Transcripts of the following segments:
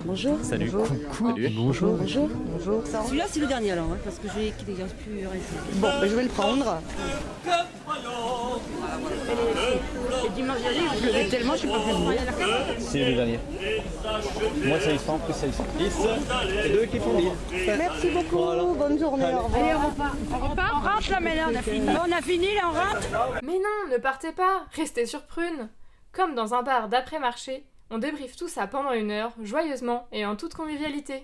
Bonjour. Salut. Bonjour. Coucou. Salut. Bonjour. Bonjour. Bonjour. Celui-là, c'est le dernier alors, parce que j'ai qu'il ne reste plus récent. Bon, je vais le prendre. Et dimanche dernier, je pleuvait tellement, je suis pas venue. C'est le dernier. Moi, ça y sent, plus ça y sent 10. Et deux qui font 10. Merci beaucoup. Voilà. Bonne journée. Au revoir. Allez, on rentre là, mais là, on a fini. On a fini, là, on rentre. Mais non, ne partez pas, restez sur Prune. Comme dans un bar d'après-marché, on débriefe tout ça pendant 1 heure, joyeusement et en toute convivialité.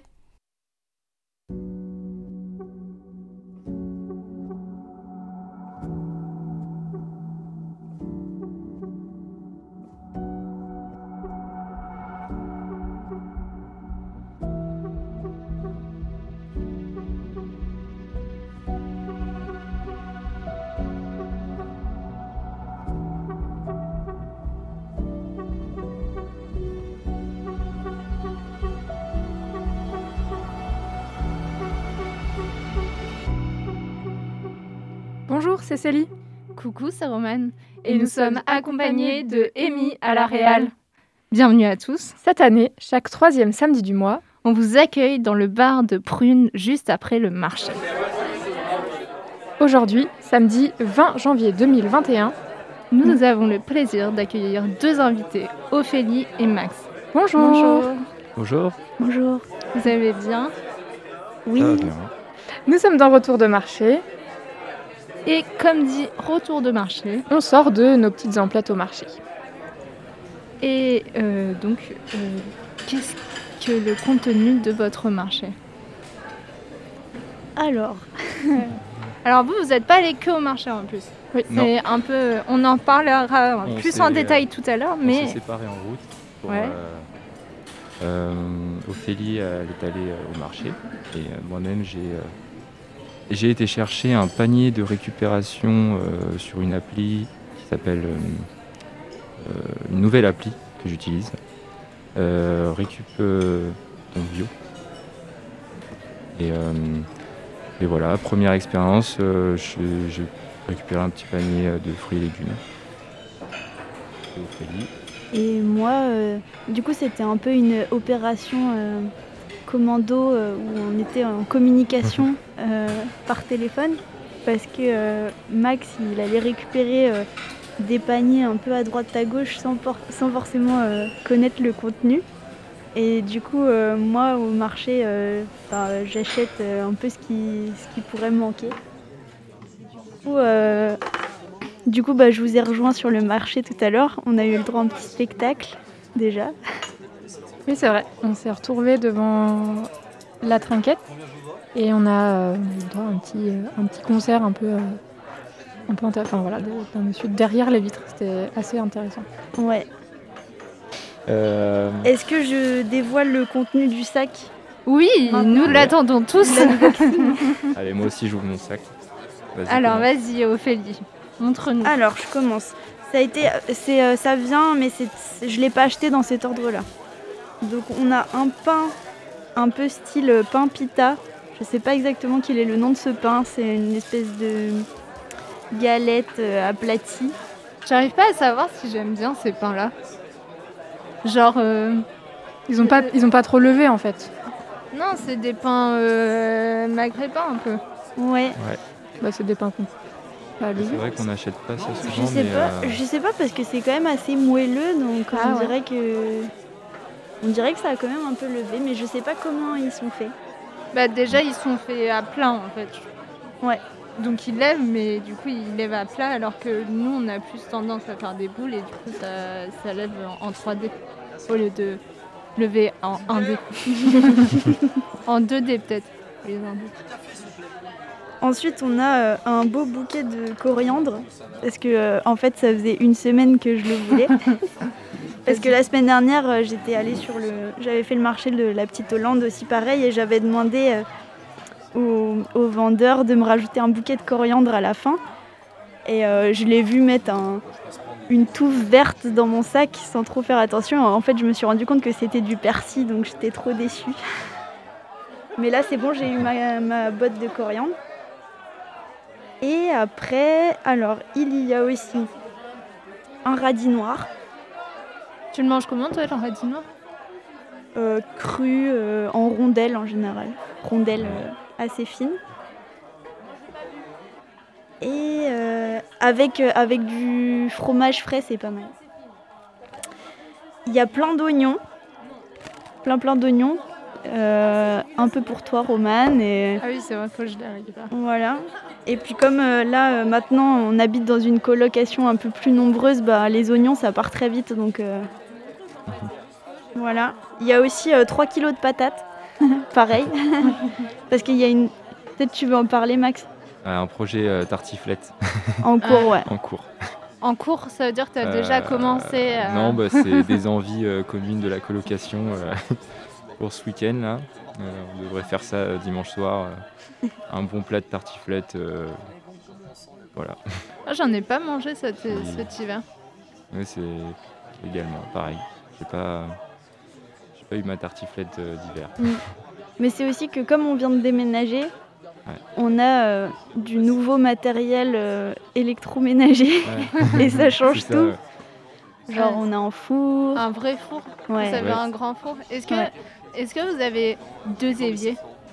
Bonjour, c'est Célie. Coucou, c'est Romane. Et nous sommes accompagnés de Amy à la Réal. Bienvenue à tous. Cette année, chaque 3e samedi du mois, On vous accueille dans le bar de Prune juste après le marché. aujourd'hui, samedi 20 janvier 2021, Nous avons le plaisir d'accueillir 2 invités, Ophélie et Max. bonjour. Bonjour. Bonjour. Vous allez bien? Oui. Ça va bien. Nous sommes dans Retour de marché, Et comme dit, retour de marché. on sort de nos petites emplettes au marché. Et qu'est-ce que le contenu de votre marché? Alors, vous n'êtes pas allés que au marché en plus. Oui. C'est un peu, on en parlera On plus s'est, en détail tout à l'heure, On mais s'est séparés en route. Pour, Ouais. Ophélie, elle est allée au marché. Et moi-même, j'ai été chercher un panier de récupération sur une appli qui s'appelle une nouvelle appli que j'utilise. Récup donc bio. Et voilà, première expérience, j'ai récupéré un petit panier de fruits et légumes. Et Ophélie. Et moi, du coup, c'était un peu une opération commando où on était en communication par téléphone parce que Max, il allait récupérer des paniers un peu à droite à gauche sans forcément connaître le contenu. Et du coup, moi, au marché, j'achète un peu ce qui pourrait me manquer. Du coup, je vous ai rejoint sur le marché tout à l'heure. On a eu le droit à un petit spectacle, déjà. Oui, c'est vrai. On s'est retrouvés devant la trinquette et on a eu droit à un petit concert un peu intéressant. Voilà, d'un monsieur derrière les vitres. C'était assez intéressant. Ouais. Euh, Est-ce que je dévoile le contenu du sac? oui, nous Ouais. l'attendons tous. Allez, moi aussi, j'ouvre mon sac. Vas-y, Alors, commence. vas-y, Ophélie, montre-nous. Alors, je commence. Ça vient, mais je l'ai pas acheté dans cet ordre-là. Donc, on a un pain un peu style pain pita. Je sais pas exactement quel est le nom de ce pain. C'est une espèce de galette aplatie. J'arrive pas à savoir si j'aime bien ces pains-là. Genre, Ils ont pas trop levé en fait. non, c'est des pains maghrébins un peu. Ouais. Bah, c'est des pains qu'on pas C'est levé. vrai qu'on n'achète pas ça souvent, Je sais mais pas. Je sais pas parce que c'est quand même assez moelleux, donc Ah on ouais. dirait que ça a quand même un peu levé, mais je sais pas comment ils sont faits. Bah déjà, ils sont faits à plat en fait. Ouais. Donc ils lèvent, mais du coup ils lèvent à plat, alors que nous on a plus tendance à faire des boules et du coup ça lève en 3D au lieu de lever en 1D. En 2D peut-être. Les 1D. Ensuite, on a un beau bouquet de coriandre parce que en fait, ça faisait 1 semaine que je le voulais. Parce que la semaine dernière, j'avais fait le marché de la Petite Hollande aussi pareil et j'avais demandé au vendeur de me rajouter un bouquet de coriandre à la fin. Et je l'ai vu mettre une touffe verte dans mon sac sans trop faire attention. En fait, je me suis rendu compte que c'était du persil, donc j'étais trop déçue. Mais là, c'est bon, j'ai eu ma botte de coriandre. Et après, alors, il y a aussi un radis noir. Tu le manges comment toi, le radis noir? crues en rondelles en général. Rondelles assez fines. Et avec du fromage frais, c'est pas mal. Il y a plein d'oignons. Plein d'oignons. Un peu pour toi, Romane. Et... Ah oui, c'est vrai, faut que je les récupère. Voilà. Et puis comme là, maintenant, on habite dans une colocation un peu plus nombreuse, les oignons, ça part très vite. Donc voilà. Il y a aussi 3 kilos de patates. Pareil. Parce qu'il y a une... Peut-être tu veux en parler, Max? Un projet tartiflette En cours, ouais. en cours. En cours, ça veut dire que tu as déjà commencé à... Non, c'est des envies communes de la colocation pour ce week-end là. On devrait faire ça dimanche soir. Un bon plat de tartiflette. Voilà. Ah, j'en ai pas mangé cet hiver. Ouais, c'est également pareil. J'ai pas eu ma tartiflette d'hiver. Mais c'est aussi que comme on vient de déménager, on a du nouveau matériel électroménager et ça change C'est tout. Ça, Genre on a un four. Un vrai four. Ouais. Vous avez un grand four. Est-ce que vous avez 2 éviers?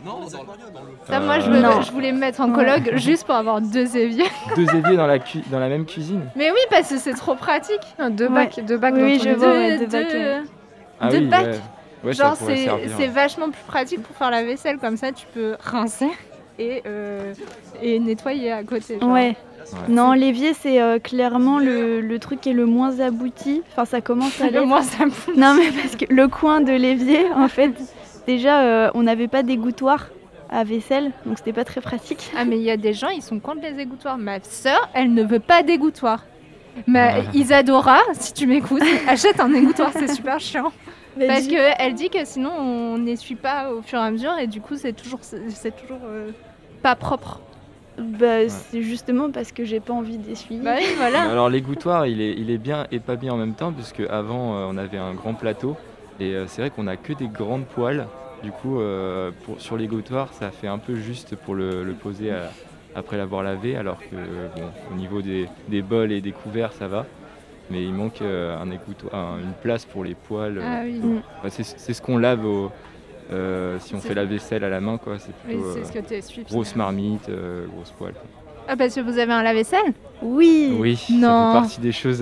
Ça, moi, je voulais me mettre en coloc juste pour avoir 2 éviers. 2 éviers dans la même cuisine. Mais oui, parce que c'est trop pratique. 2 bacs, Ouais. 2 bacs Oui, dans je ton vois, idée. ouais, 2 bacs. Ah Deux oui, bacs. ouais, ça Genre, pourrait servir. c'est vachement plus pratique pour faire la vaisselle. Comme ça, tu peux rincer et nettoyer à côté. Genre. Ouais. Non, l'évier c'est clairement le truc qui est le moins abouti. Enfin, ça commence à Le l'être. moins ça me... Non, mais parce que le coin de l'évier, en fait, déjà, on n'avait pas d'égouttoir à vaisselle, donc c'était pas très pratique. Ah, mais il y a des gens, ils sont contre les égouttoirs. Ma sœur, elle ne veut pas d'égouttoir. Mais Isadora, si tu m'écoutes, achète un égouttoir, c'est super chiant. Parce qu'elle dit que sinon on n'essuie pas au fur et à mesure et du coup c'est toujours pas propre. C'est justement parce que j'ai pas envie d'essuyer. Bah oui, voilà. Alors l'égouttoir il est bien et pas bien en même temps puisque avant on avait un grand plateau et c'est vrai qu'on a que des grandes poêles. Du coup sur l'égouttoir ça fait un peu juste pour le poser après l'avoir lavé alors que au niveau des bols et des couverts ça va. Mais il manque un égouttoir, une place pour les poêles. Ah oui. C'est ce qu'on lave si on fait la vaisselle à la main, quoi. C'est Oui, plutôt c'est ce que tu essuies. grosse marmite, grosse poêle. Ah, parce que vous avez un lave-vaisselle? Oui. Oui, Non. ça fait partie des choses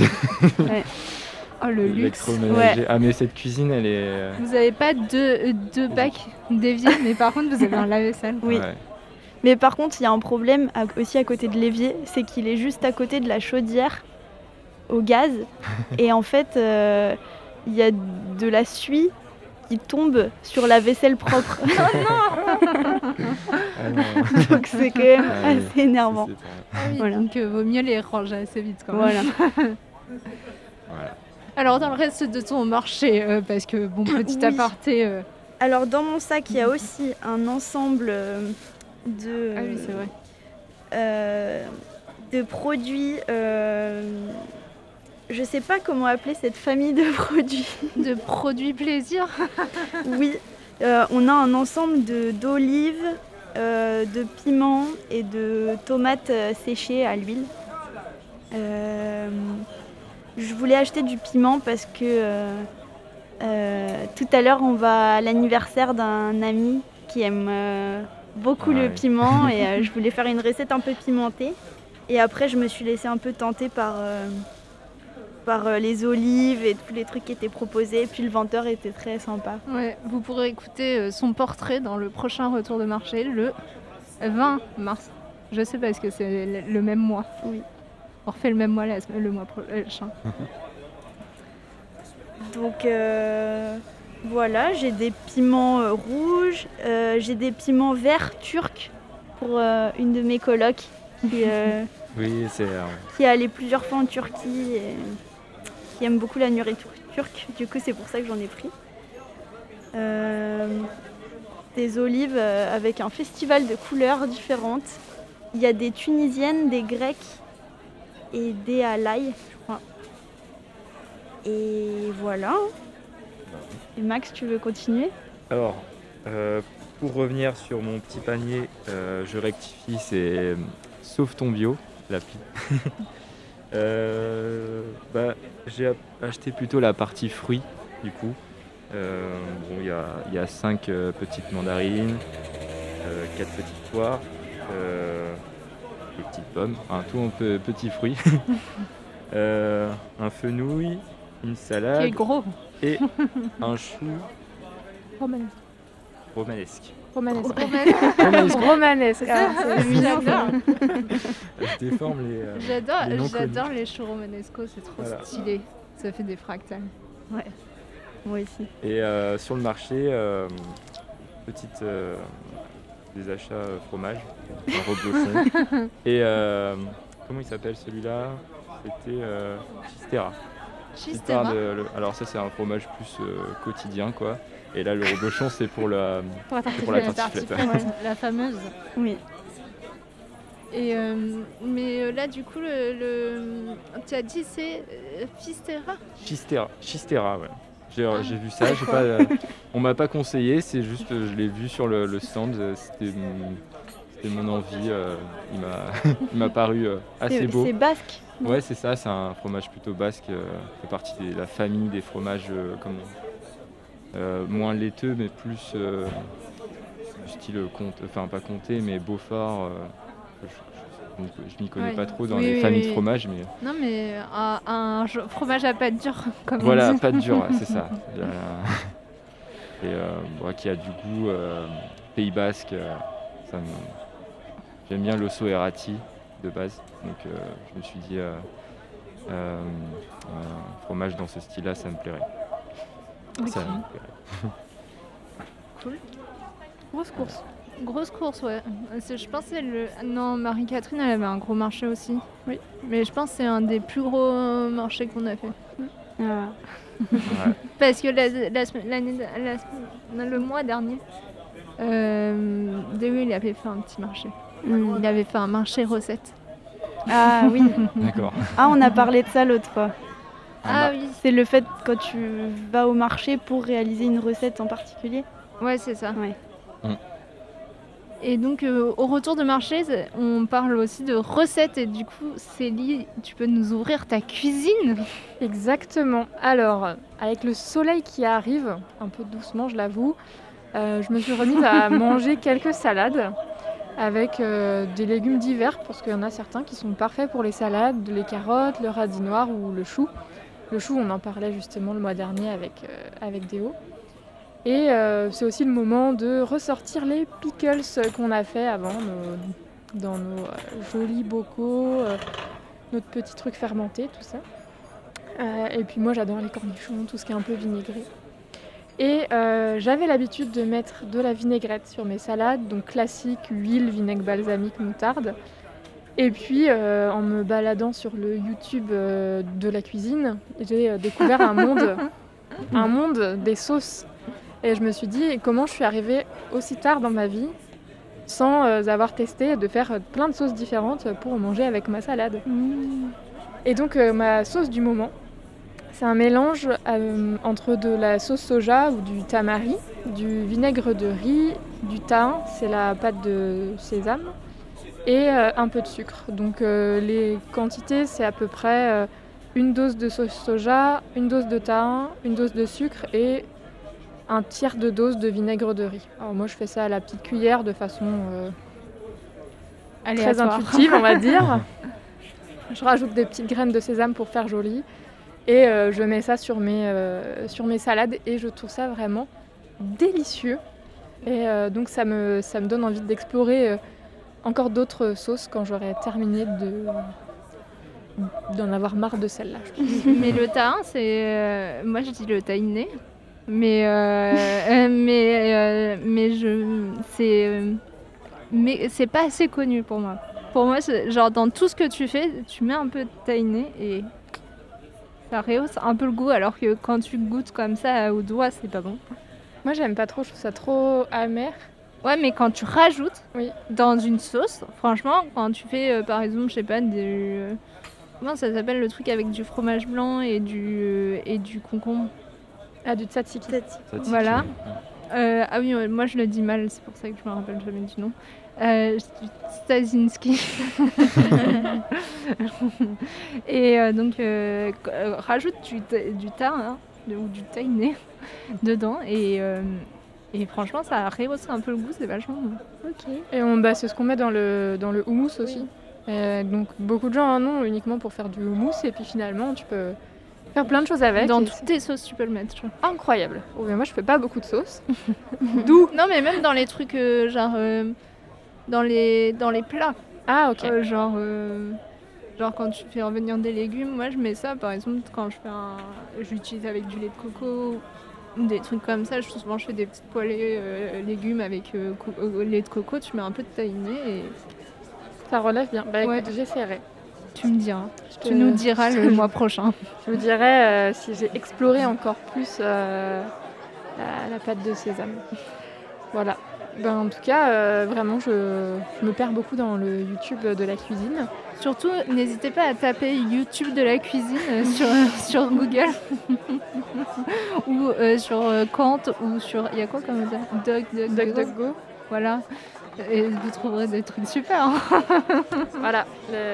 Oh, le luxe. électroménager. Ouais. Ah, mais cette cuisine, elle est... Vous avez pas deux bacs d'évier, mais par contre vous avez un lave-vaisselle. Oui. Ouais. Mais par contre, il y a un problème aussi à côté de l'évier, c'est qu'il est juste à côté de la chaudière au gaz. Et en fait, il y a de la suie qui tombe sur la vaisselle propre. Ah, non. Donc c'est quand même Ah, oui. assez énervant. C'est pas- Ah oui, Voilà. donc vaut mieux les ranger assez vite quand même. Voilà. Voilà. Alors dans le reste de ton marché, parce que bon, petit Oui. aparté... Alors dans mon sac, il y a aussi un ensemble de, Ah oui, c'est vrai. de produits. Je sais pas comment appeler cette famille de produits. De produits plaisir. Oui, on a un ensemble d'olives, de piments et de tomates séchées à l'huile. Je voulais acheter du piment parce que tout à l'heure on va à l'anniversaire d'un ami qui aime beaucoup Ah le oui. piment et je voulais faire une recette un peu pimentée. Et après je me suis laissée un peu tenter par les olives et tous les trucs qui étaient proposés. Puis le vendeur était très sympa. Ouais, vous pourrez écouter son portrait dans le prochain retour de marché le 20 mars. Je sais parce que c'est le même mois. Oui. On refait le même mois le mois prochain. Donc voilà, j'ai des piments rouges, j'ai des piments verts turcs pour une de mes colocs Oui, c'est... qui est allée plusieurs fois en Turquie et qui aime beaucoup la nourriture turque. Du coup, c'est pour ça que j'en ai pris. Des olives avec un festival de couleurs différentes. Il y a des tunisiennes, des grecques et des à l'ail, je crois. Et voilà. Et Max, tu veux continuer? Alors, pour revenir sur mon petit panier, je rectifie, c'est Sauve ton bio, l'appli. J'ai acheté plutôt la partie fruits, du coup. Bon, il y a 5 petites mandarines, 4 petites poires, des petites pommes, tout un peu petits fruits, un fenouil, une Qui est salade gros. et un chou Romanesque. romanesque. Romanesque. Romanesque. Romanesque. Ah, c'est mignon. J'adore. Je déforme les noms J'adore les choux romanesco, c'est trop Voilà. stylé. Ça fait des fractales. Moi aussi. Et sur le marché, des achats fromage, un reblochon. Et comment il s'appelle celui-là? C'était Chistera. Chistera. Alors ça c'est un fromage plus quotidien quoi. Et là le reblochon c'est pour la tartiflette. La fameuse. Oui. Et mais là du coup tu as dit c'est Fistera. Chistera, ouais. J'ai vu ça, on m'a pas conseillé, c'est juste je l'ai vu sur le stand, c'était mon envie, il m'a paru assez beau. C'est basque. Ouais, c'est ça, c'est un fromage plutôt basque, fait partie de la famille des fromages moins laiteux, mais plus du style enfin pas comté, mais Beaufort. Je m'y connais pas trop dans les familles de fromages, mais Non mais un fromage à pâte dure comme voilà, on dit. pâte dure, ouais, c'est ça. Et qui a du goût Pays Basque. J'aime bien l'osso errati de base, donc je me suis dit un fromage dans ce style-là, ça me plairait. Ok. Ça me plairait. Cool. Grosse course. Grosse course, ouais. Je pense que non, Marie-Catherine, elle avait un gros marché aussi. Oui. Mais je pense que c'est un des plus gros marchés qu'on a fait. Ah. Ouais. Parce que le mois dernier, Déo, il avait fait un petit marché. Il avait fait un marché recette. Ah oui. D'accord. Ah, on a parlé de ça l'autre fois. Ah oui. C'est le fait quand tu vas au marché pour réaliser une recette en particulier. Ouais, c'est ça. Ouais. Et donc, au retour de marché, on parle aussi de recettes. Et du coup, Célie, tu peux nous ouvrir ta cuisine? Exactement. Alors, avec le soleil qui arrive, un peu doucement, je l'avoue, je me suis remise à manger quelques salades avec des légumes divers, parce qu'il y en a certains qui sont parfaits pour les salades, les carottes, le radis noir ou le chou. Le chou, on en parlait justement le mois dernier avec Déo. Et c'est aussi le moment de ressortir les pickles qu'on a fait avant dans nos jolis bocaux, notre petit truc fermenté, tout ça. Et puis moi j'adore les cornichons, tout ce qui est un peu vinaigré. Et j'avais l'habitude de mettre de la vinaigrette sur mes salades, donc classique, huile, vinaigre balsamique, moutarde. Et puis en me baladant sur le YouTube de la cuisine, j'ai découvert un monde des sauces. Et je me suis dit, comment je suis arrivée aussi tard dans ma vie sans avoir testé de faire plein de sauces différentes pour manger avec ma salade. Et donc ma sauce du moment, c'est un mélange entre de la sauce soja ou du tamari, du vinaigre de riz, du thym, c'est la pâte de sésame, et un peu de sucre. Donc les quantités, c'est à peu près une dose de sauce soja, une dose de thym, une dose de sucre et un tiers de dose de vinaigre de riz. Alors moi je fais ça à la petite cuillère de façon très intuitive on va dire. Je rajoute des petites graines de sésame pour faire joli et je mets ça sur mes salades et je trouve ça vraiment délicieux. Et donc ça me donne envie d'explorer encore d'autres sauces quand j'aurai terminé d'en avoir marre de celle-là. Mais le thym, c'est... moi je dis le tahini. Mais c'est pas assez connu pour moi. Pour moi, genre dans tout ce que tu fais, tu mets un peu de tahini et ça rehausse un peu le goût, alors que quand tu goûtes comme ça au doigt, c'est pas bon. Moi, j'aime pas trop, je trouve ça trop amer. Ouais, mais quand tu rajoutes Oui. dans une sauce, franchement, quand tu fais par exemple, je sais pas, comment ça s'appelle le truc avec du fromage blanc et du concombre? Ah, du tzatziki. Voilà. Ah oui, moi je le dis mal, c'est pour ça que je me rappelle jamais du nom. Stasinski. Et donc rajoute du thym, hein, ou du tahini dedans. Et franchement, ça rehausse un peu le goût, c'est vachement bon. Ok. Et c'est ce qu'on met dans le houmous aussi. Donc beaucoup de gens en ont uniquement pour faire du houmous et puis finalement tu peux faire plein de choses avec. Dans toutes tes sauces, tu peux le mettre. Incroyable. Oh, mais moi je fais pas beaucoup de sauce. D'où Non, mais même dans les trucs dans les plats. Ah ok. Genre quand tu fais revenir des légumes, moi je mets ça par exemple quand j'utilise avec du lait de coco ou des trucs comme ça. Souvent je fais des petites poêlées légumes avec lait de coco, tu mets un peu de tahini et ça relève bien. Ouais. Écoute, j'essaierai. Tu me diras. Tu nous diras le mois prochain. Je vous dirai si j'ai exploré encore plus la pâte de sésame. Voilà. En tout cas, vraiment, je me perds beaucoup dans le YouTube de la cuisine. Surtout, n'hésitez pas à taper YouTube de la cuisine sur Google ou sur Kant ou sur... Il y a quoi comme ça ? DuckDuckGo. Voilà. Et vous trouverez des trucs super. Voilà.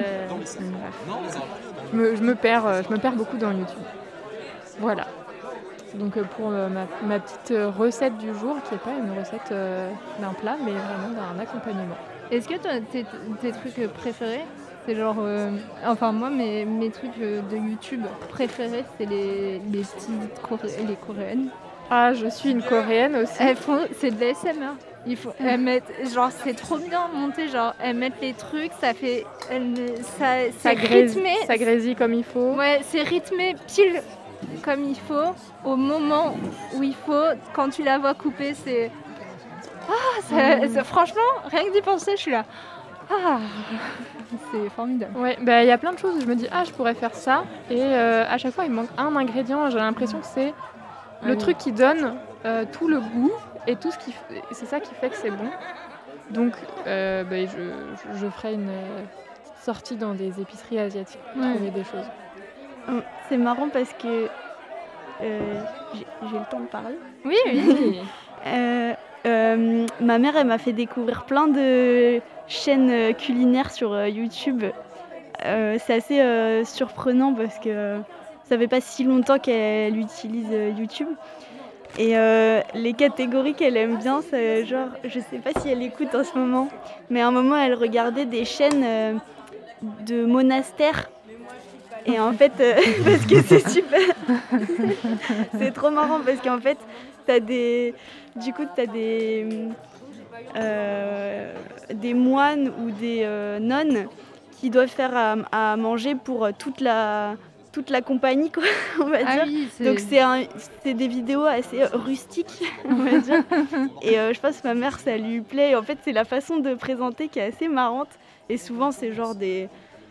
Je me perds beaucoup dans YouTube. Voilà. Donc pour ma petite recette du jour, qui n'est pas une recette d'un plat, mais vraiment d'un accompagnement. Est-ce que tes trucs préférés, c'est genre... moi, mes trucs de YouTube préférés, c'est les petites les coréennes. Ah, je suis une coréenne aussi. C'est de l'ASMR. Elles mettent, genre c'est trop bien monté, genre elles mettent les trucs, ça fait... c'est rythmé. Ça grésille comme il faut. Ouais, c'est rythmé pile comme il faut, au moment où il faut. Quand tu la vois couper, c'est... franchement, rien que d'y penser, je suis là. C'est formidable. Ouais, il y a plein de choses où je me dis, je pourrais faire ça. Et à chaque fois, il me manque un ingrédient. J'ai l'impression que c'est le truc qui donne tout le goût et tout c'est ça qui fait que c'est bon. Donc, je ferai une sortie dans des épiceries asiatiques pour trouver des choses. C'est marrant parce que j'ai le temps de parler. Oui. Ma mère, elle m'a fait découvrir plein de chaînes culinaires sur YouTube. C'est assez surprenant parce que ça fait pas si longtemps qu'elle utilise YouTube. Et les catégories qu'elle aime bien, c'est genre, je sais pas si elle écoute en ce moment, mais à un moment, elle regardait des chaînes de monastères. Et en fait, parce que c'est super, c'est trop marrant parce qu'en fait, t'as des moines ou des nonnes qui doivent faire à manger pour toute la compagnie, quoi, on va dire. Oui, donc c'est des vidéos assez rustiques, on va dire. Et je pense que ma mère, ça lui plaît. Et en fait, c'est la façon de présenter qui est assez marrante. Et souvent, c'est genre des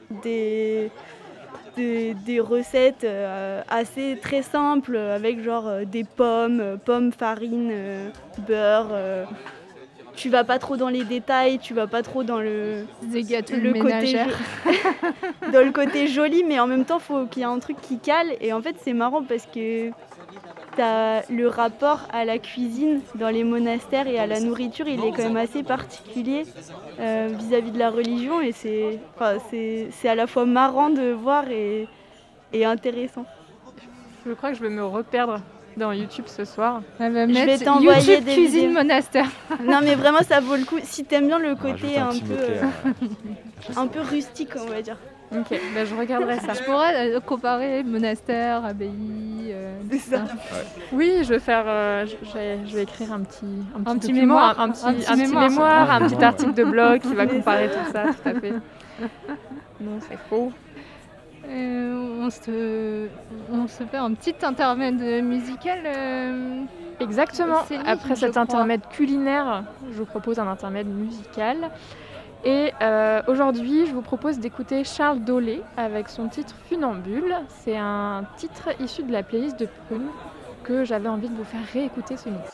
recettes assez très simples avec genre des pommes, farine, beurre. Tu vas pas trop dans les détails, tu vas pas trop dans des gâteaux de ménagère. Dans le côté joli, mais en même temps, faut qu'il y ait un truc qui cale. Et en fait, c'est marrant parce que t'as le rapport à la cuisine dans les monastères et à la nourriture, il est quand même assez particulier vis-à-vis de la religion. Et c'est à la fois marrant de voir et intéressant. Je crois que je vais me reperdre dans YouTube ce soir. Je vais t'envoyer YouTube des cuisine vidéos. Monastère. Non mais vraiment ça vaut le coup si t'aimes bien le côté un peu rustique, on va dire. Ok, je regarderai ça. Je pourrais comparer monastère, abbaye. C'est ça. Ouais. Oui, je vais faire. Je vais écrire un petit mémoire, un petit article de blog qui va comparer tout ça, tout à fait. Non, c'est faux. On se fait un petit intermède musical. Exactement. Scénique, après cet intermède culinaire, je vous propose un intermède musical. Et aujourd'hui, je vous propose d'écouter Charles Dolé avec son titre Funambule. C'est un titre issu de la playlist de Prune que j'avais envie de vous faire réécouter ce midi.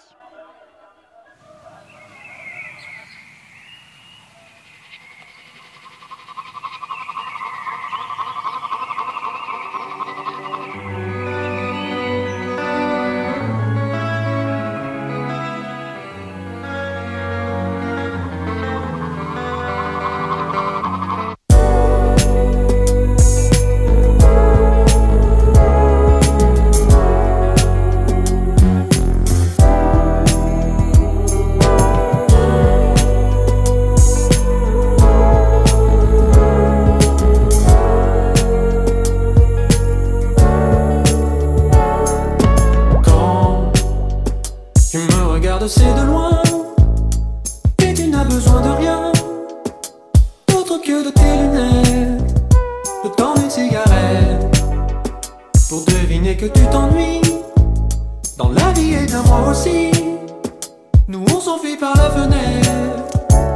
me regardes, c'est de loin. Et tu n'as besoin de rien d'autre que de tes lunettes, le temps d'une cigarette, pour deviner que tu t'ennuies. Dans la vie et d'un moi aussi, nous on s'enfuit par la fenêtre.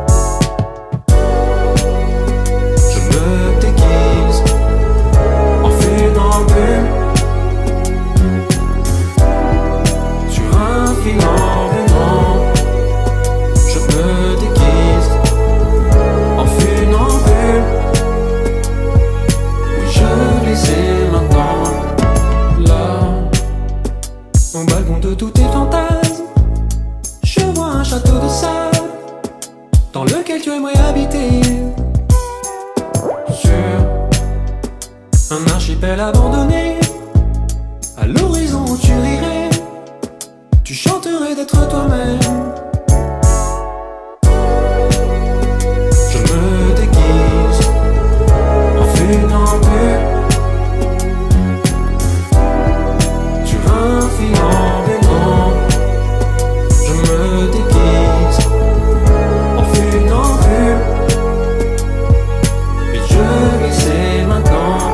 Je me déguise en funambule sur un fil enroulant. Je me déguise en funambule. Oui, je les sais maintenant. Là, au balcon de tous tes fantasmes, je vois un château de sable dans lequel tu aimerais habiter. Sur un archipel abandonné, à l'horizon où tu rirais, tu chanterais d'être toi-même. Je me déguise en funambule sur un fil enroulant. Je me déguise en funambule et je le sais maintenant.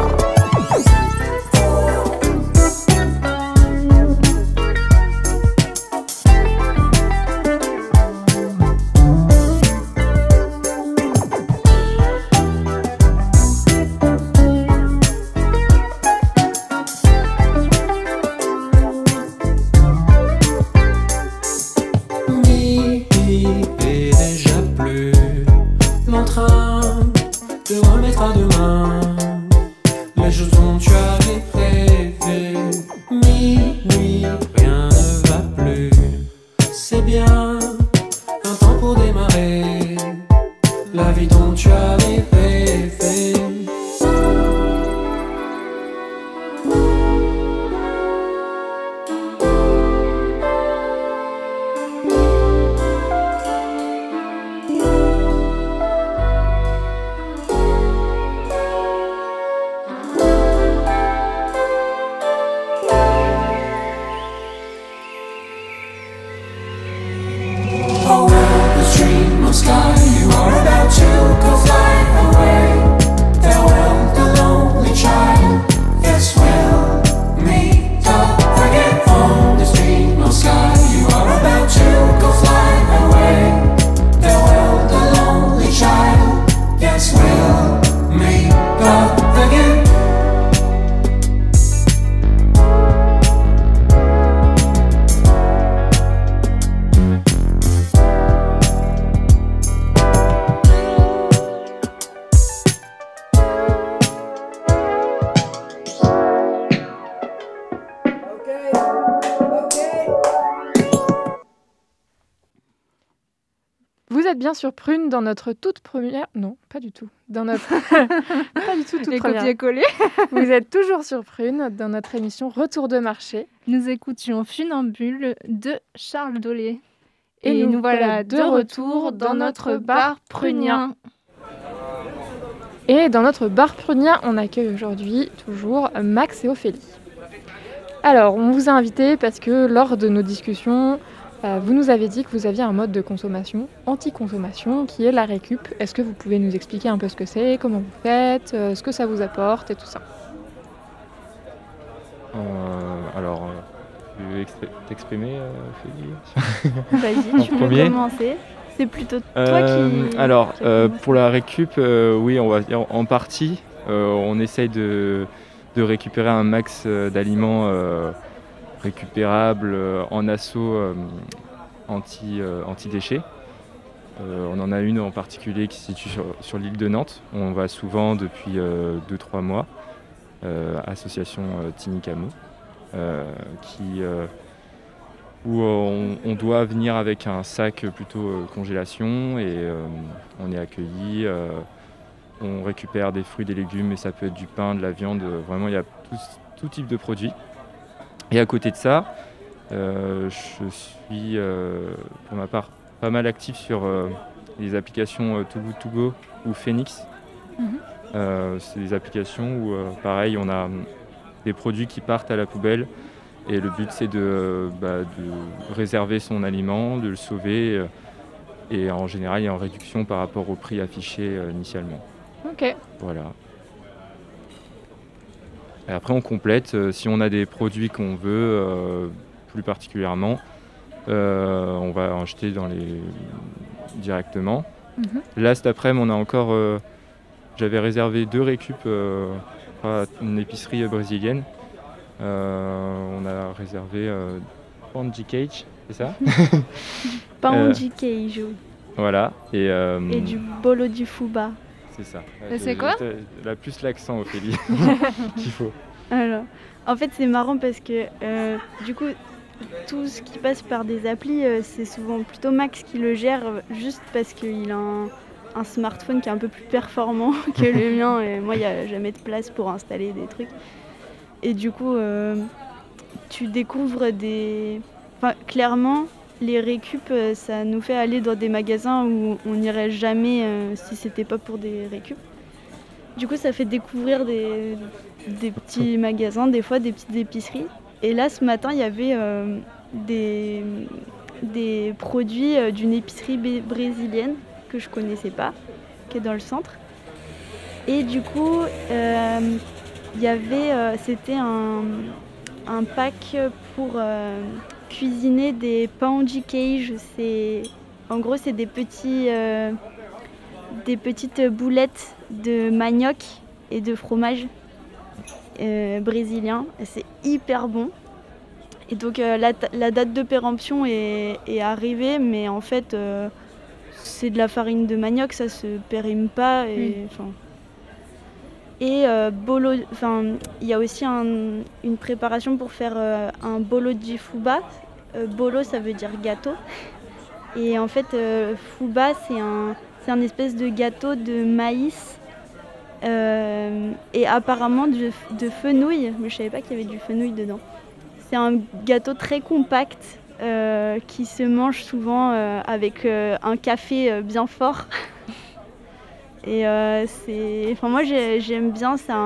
Midi est déjà plus mon train te remettra demain les choses dont tu avais rêvé. Minuit, rien ne va plus. C'est bien un temps pour démarrer la vie dont tu avais rêvé. Over the stream of sky, you are about to go fly away. Farewell, the lonely child. Yes, we'll meet up again. On the stream of sky, you are about to go fly away. Farewell, the lonely child. Yes, we'll meet up again. Vous êtes bien sur Prune dans notre toute première... Non, pas du tout. Dans notre... pas du tout toute Les première. copier-coller. Vous êtes toujours sur Prune dans notre émission Retour de marché. Nous écoutions Funambule de Charles Dolé. Et Et nous voilà de retour dans notre bar prunien. Et dans notre bar prunien, on accueille aujourd'hui toujours Max et Ophélie. Alors, on vous a invité parce que lors de nos discussions, vous nous avez dit que vous aviez un mode de consommation, anti-consommation, qui est la récup. Est-ce que vous pouvez nous expliquer un peu ce que c'est, comment vous faites, ce que ça vous apporte et tout ça? Alors, tu veux t'exprimer, Ophélie? Vas-y, tu peux premier. commencer. C'est plutôt toi qui... Alors, qui a commencé. pour la récup, oui, on va dire en partie. On essaye de récupérer un max d'aliments récupérables en assaut anti-déchets. On en a une en particulier qui se situe sur l'île de Nantes. On va souvent depuis 2-3 mois. Association Tinicamo, où on doit venir avec un sac plutôt congélation et on est accueilli. On récupère des fruits, des légumes, et ça peut être du pain, de la viande, vraiment il y a tout type de produits. Et à côté de ça, je suis pour ma part pas mal actif sur les applications Too Good To Go ou Phoenix. C'est des applications où pareil on a des produits qui partent à la poubelle Et le but, c'est de réserver son aliment, de le sauver. Et en général, il y a une réduction par rapport au prix affiché initialement. Ok. Voilà. Et après, on complète. Si on a des produits qu'on veut plus particulièrement, on va en acheter directement. Là, cet après-midi, on a encore... j'avais réservé 2 récup à une épicerie brésilienne. On a réservé Pão de Queijo, c'est ça? Pão de queijo Voilà. Et du bolo de fubá. c'est ça. Et c'est quoi? Là, plus l'accent, Ophélie, qu'il faut. Alors, en fait, c'est marrant parce que du coup, tout ce qui passe par des applis, c'est souvent plutôt Max qui le gère, juste parce qu'il a un smartphone qui est un peu plus performant que le mien. Et moi, il n'y a jamais de place pour installer des trucs. Et du coup, tu découvres des... Enfin, clairement, les récup, ça nous fait aller dans des magasins où on n'irait jamais si c'était pas pour des récup. Du coup, ça fait découvrir des petits magasins, des fois des petites épiceries. Et là, ce matin, il y avait des produits d'une épicerie brésilienne que je connaissais pas, qui est dans le centre. Et du coup, il y avait, c'était un pack pour cuisiner des pão de queijo. En gros, c'est des petites boulettes de manioc et de fromage brésilien. C'est hyper bon. Et donc la date de péremption est arrivée, mais en fait c'est de la farine de manioc, ça se périme pas. Bolo, il y a aussi une préparation pour faire un bolo de fubá. Bolo, ça veut dire gâteau. Et en fait, fubá, c'est un espèce de gâteau de maïs et apparemment de fenouil. Mais je savais pas qu'il y avait du fenouil dedans. C'est un gâteau très compact qui se mange souvent avec un café bien fort. Et moi j'aime bien, si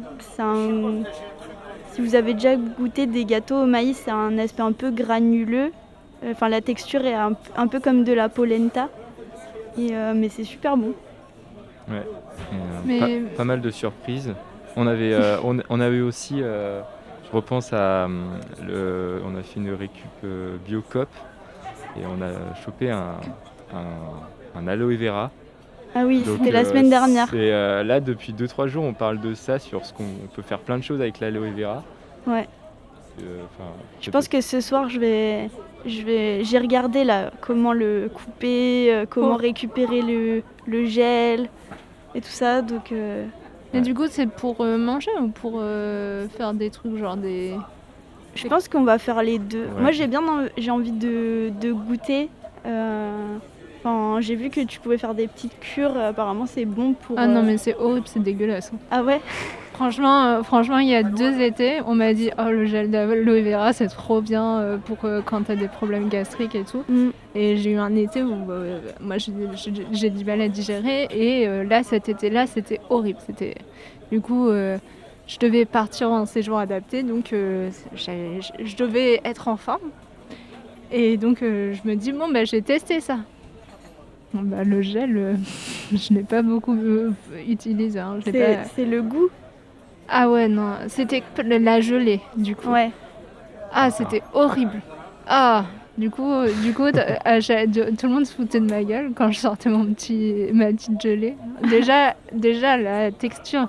vous avez déjà goûté des gâteaux au maïs, c'est un aspect un peu granuleux. La texture est un peu comme de la polenta. Mais c'est super bon. Ouais. Pas mal de surprises. On avait aussi, je repense à, on a fait une récup Biocop et on a chopé un aloe vera. Ah oui, c'était la semaine dernière. Là, depuis 2-3 jours, on parle de ça, sur ce qu'on peut faire plein de choses avec l'aloe vera. Ouais. Je pense que ce soir, j'ai regardé là comment le couper, comment récupérer le gel et tout ça. Donc, Et du coup, c'est pour manger ou pour faire des trucs genre des... Je pense qu'on va faire les deux. Ouais. Moi, j'ai envie de goûter. J'ai vu que tu pouvais faire des petites cures. Apparemment, c'est bon pour... Ah non, mais c'est horrible, c'est dégueulasse. Ah ouais? Franchement, il y a 2 étés, on m'a dit « Oh, le gel d'aloe vera, c'est trop bien pour quand t'as des problèmes gastriques et tout. Et j'ai eu un été où moi, j'ai du mal à digérer. Et là, cet été-là, c'était horrible. Du coup, je devais partir en séjour adapté, donc je devais être en forme. Et donc, je me dis « Bon, j'ai testé ça. » Le gel, je ne l'ai pas beaucoup utilisé. Hein. C'est le goût. Ah ouais, non, c'était la gelée, du coup. Ouais. Ah, c'était horrible. Ah, du coup, tout le monde se foutait de ma gueule quand je sortais ma petite gelée. Déjà, la texture.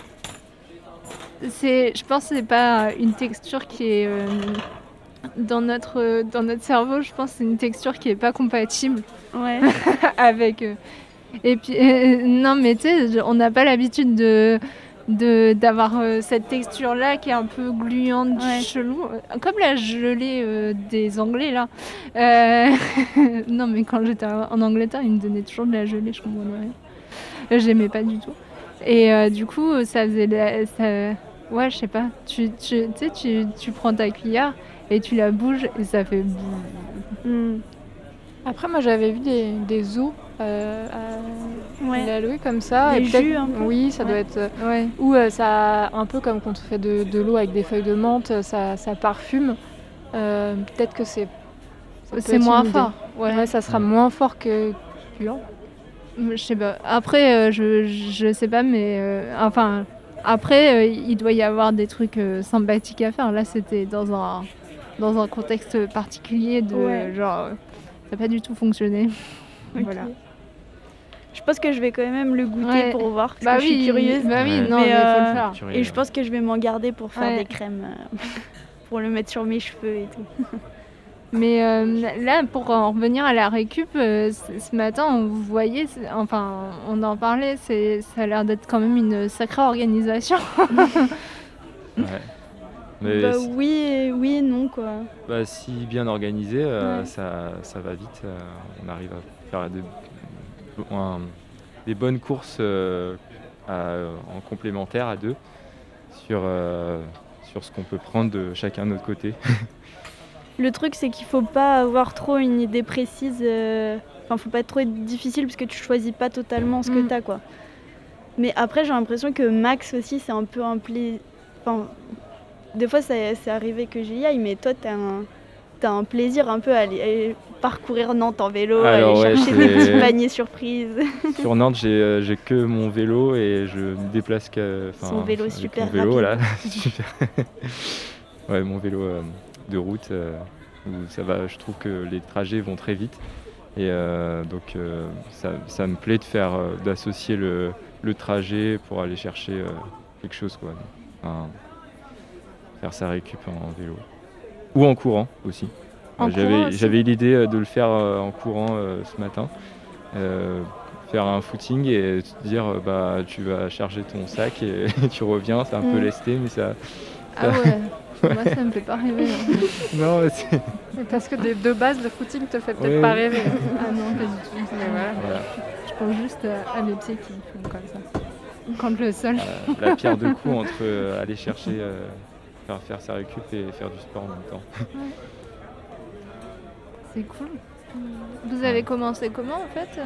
Je pense que c'est pas une texture qui est... Dans notre cerveau, je pense que c'est une texture qui est pas compatible avec... Et puis, non, mais tu sais, on n'a pas l'habitude d'avoir cette texture-là qui est un peu gluante, chelou. Comme la gelée des Anglais, là. Non, mais quand j'étais en Angleterre, ils me donnaient toujours de la gelée, je comprenais rien. J'aimais pas du tout. Et du coup, ça faisait... Ouais, je sais pas. Tu prends ta cuillère et tu la bouges et ça fait... Après, moi, j'avais vu des os Ouais. Il a loué comme ça. Des et peut-être- jus un peu. Oui, ça doit être. Ouais. Ou ça, un peu comme quand on fait de l'eau avec des feuilles de menthe, ça parfume. Peut-être que ça peut C'est être moins une idée. fort. Ouais. Ouais, ça sera moins fort que puant. Je sais pas. Après, je sais pas, mais enfin, après, il doit y avoir des trucs sympathiques à faire. Là, c'était dans un contexte particulier de Ouais. genre, ça n'a pas du tout fonctionné. Ok. Voilà. Je pense que je vais quand même le goûter Ouais. pour voir, parce Bah que je suis curieuse. Bah oui, Ouais. non, Mais, mais il faut le faire. Curieux, Et je pense que je vais m'en garder pour faire Ouais. des crèmes, pour le mettre sur mes cheveux et tout. Mais là, pour en revenir à la récup, ce matin, vous voyez, enfin, on en parlait, ça a l'air d'être quand même une sacrée organisation. Ouais. Mais Bah oui et non, quoi. si bien organisé, Ouais. ça va vite. On arrive à faire des bonnes courses en complémentaire à deux sur ce qu'on peut prendre de chacun de notre côté. Le truc, c'est qu'il faut pas avoir trop une idée précise. Enfin, faut pas être trop difficile parce que tu choisis pas totalement ce que Mm. t'as, quoi. Mais après, j'ai l'impression que Max aussi, c'est un peu un plaisir. Enfin, des fois, c'est arrivé que j'y aille, mais toi, t'as un plaisir un peu à aller parcourir Nantes en vélo, Alors, aller ouais, chercher des c'est- petits paniers surprises. Sur Nantes, j'ai que mon vélo et je me déplace Son vélo avec super mon vélo, rapide. voilà. Super. Ouais, mon vélo de route où ça va. Je trouve que les trajets vont très vite et donc ça me plaît d'associer le trajet pour aller chercher quelque chose, quoi. Enfin, faire sa récup en vélo ou en courant aussi. En courant aussi. J'avais eu l'idée de le faire en courant ce matin. Faire un footing et te dire tu vas charger ton sac et tu reviens, c'est un peu Mm. lesté mais ça... Ah ouais, moi ça me fait pas rêver. hein. Non, c'est... Parce que de base, le footing te fait peut-être Ouais. pas rêver. Ah non, pas du tout. Mais voilà. Voilà. Je pense juste à mes pieds qui font comme ça. Quand le sol. La pierre de coups entre aller chercher, faire sa récup et faire du sport en même temps. C'est cool. Vous avez commencé comment en fait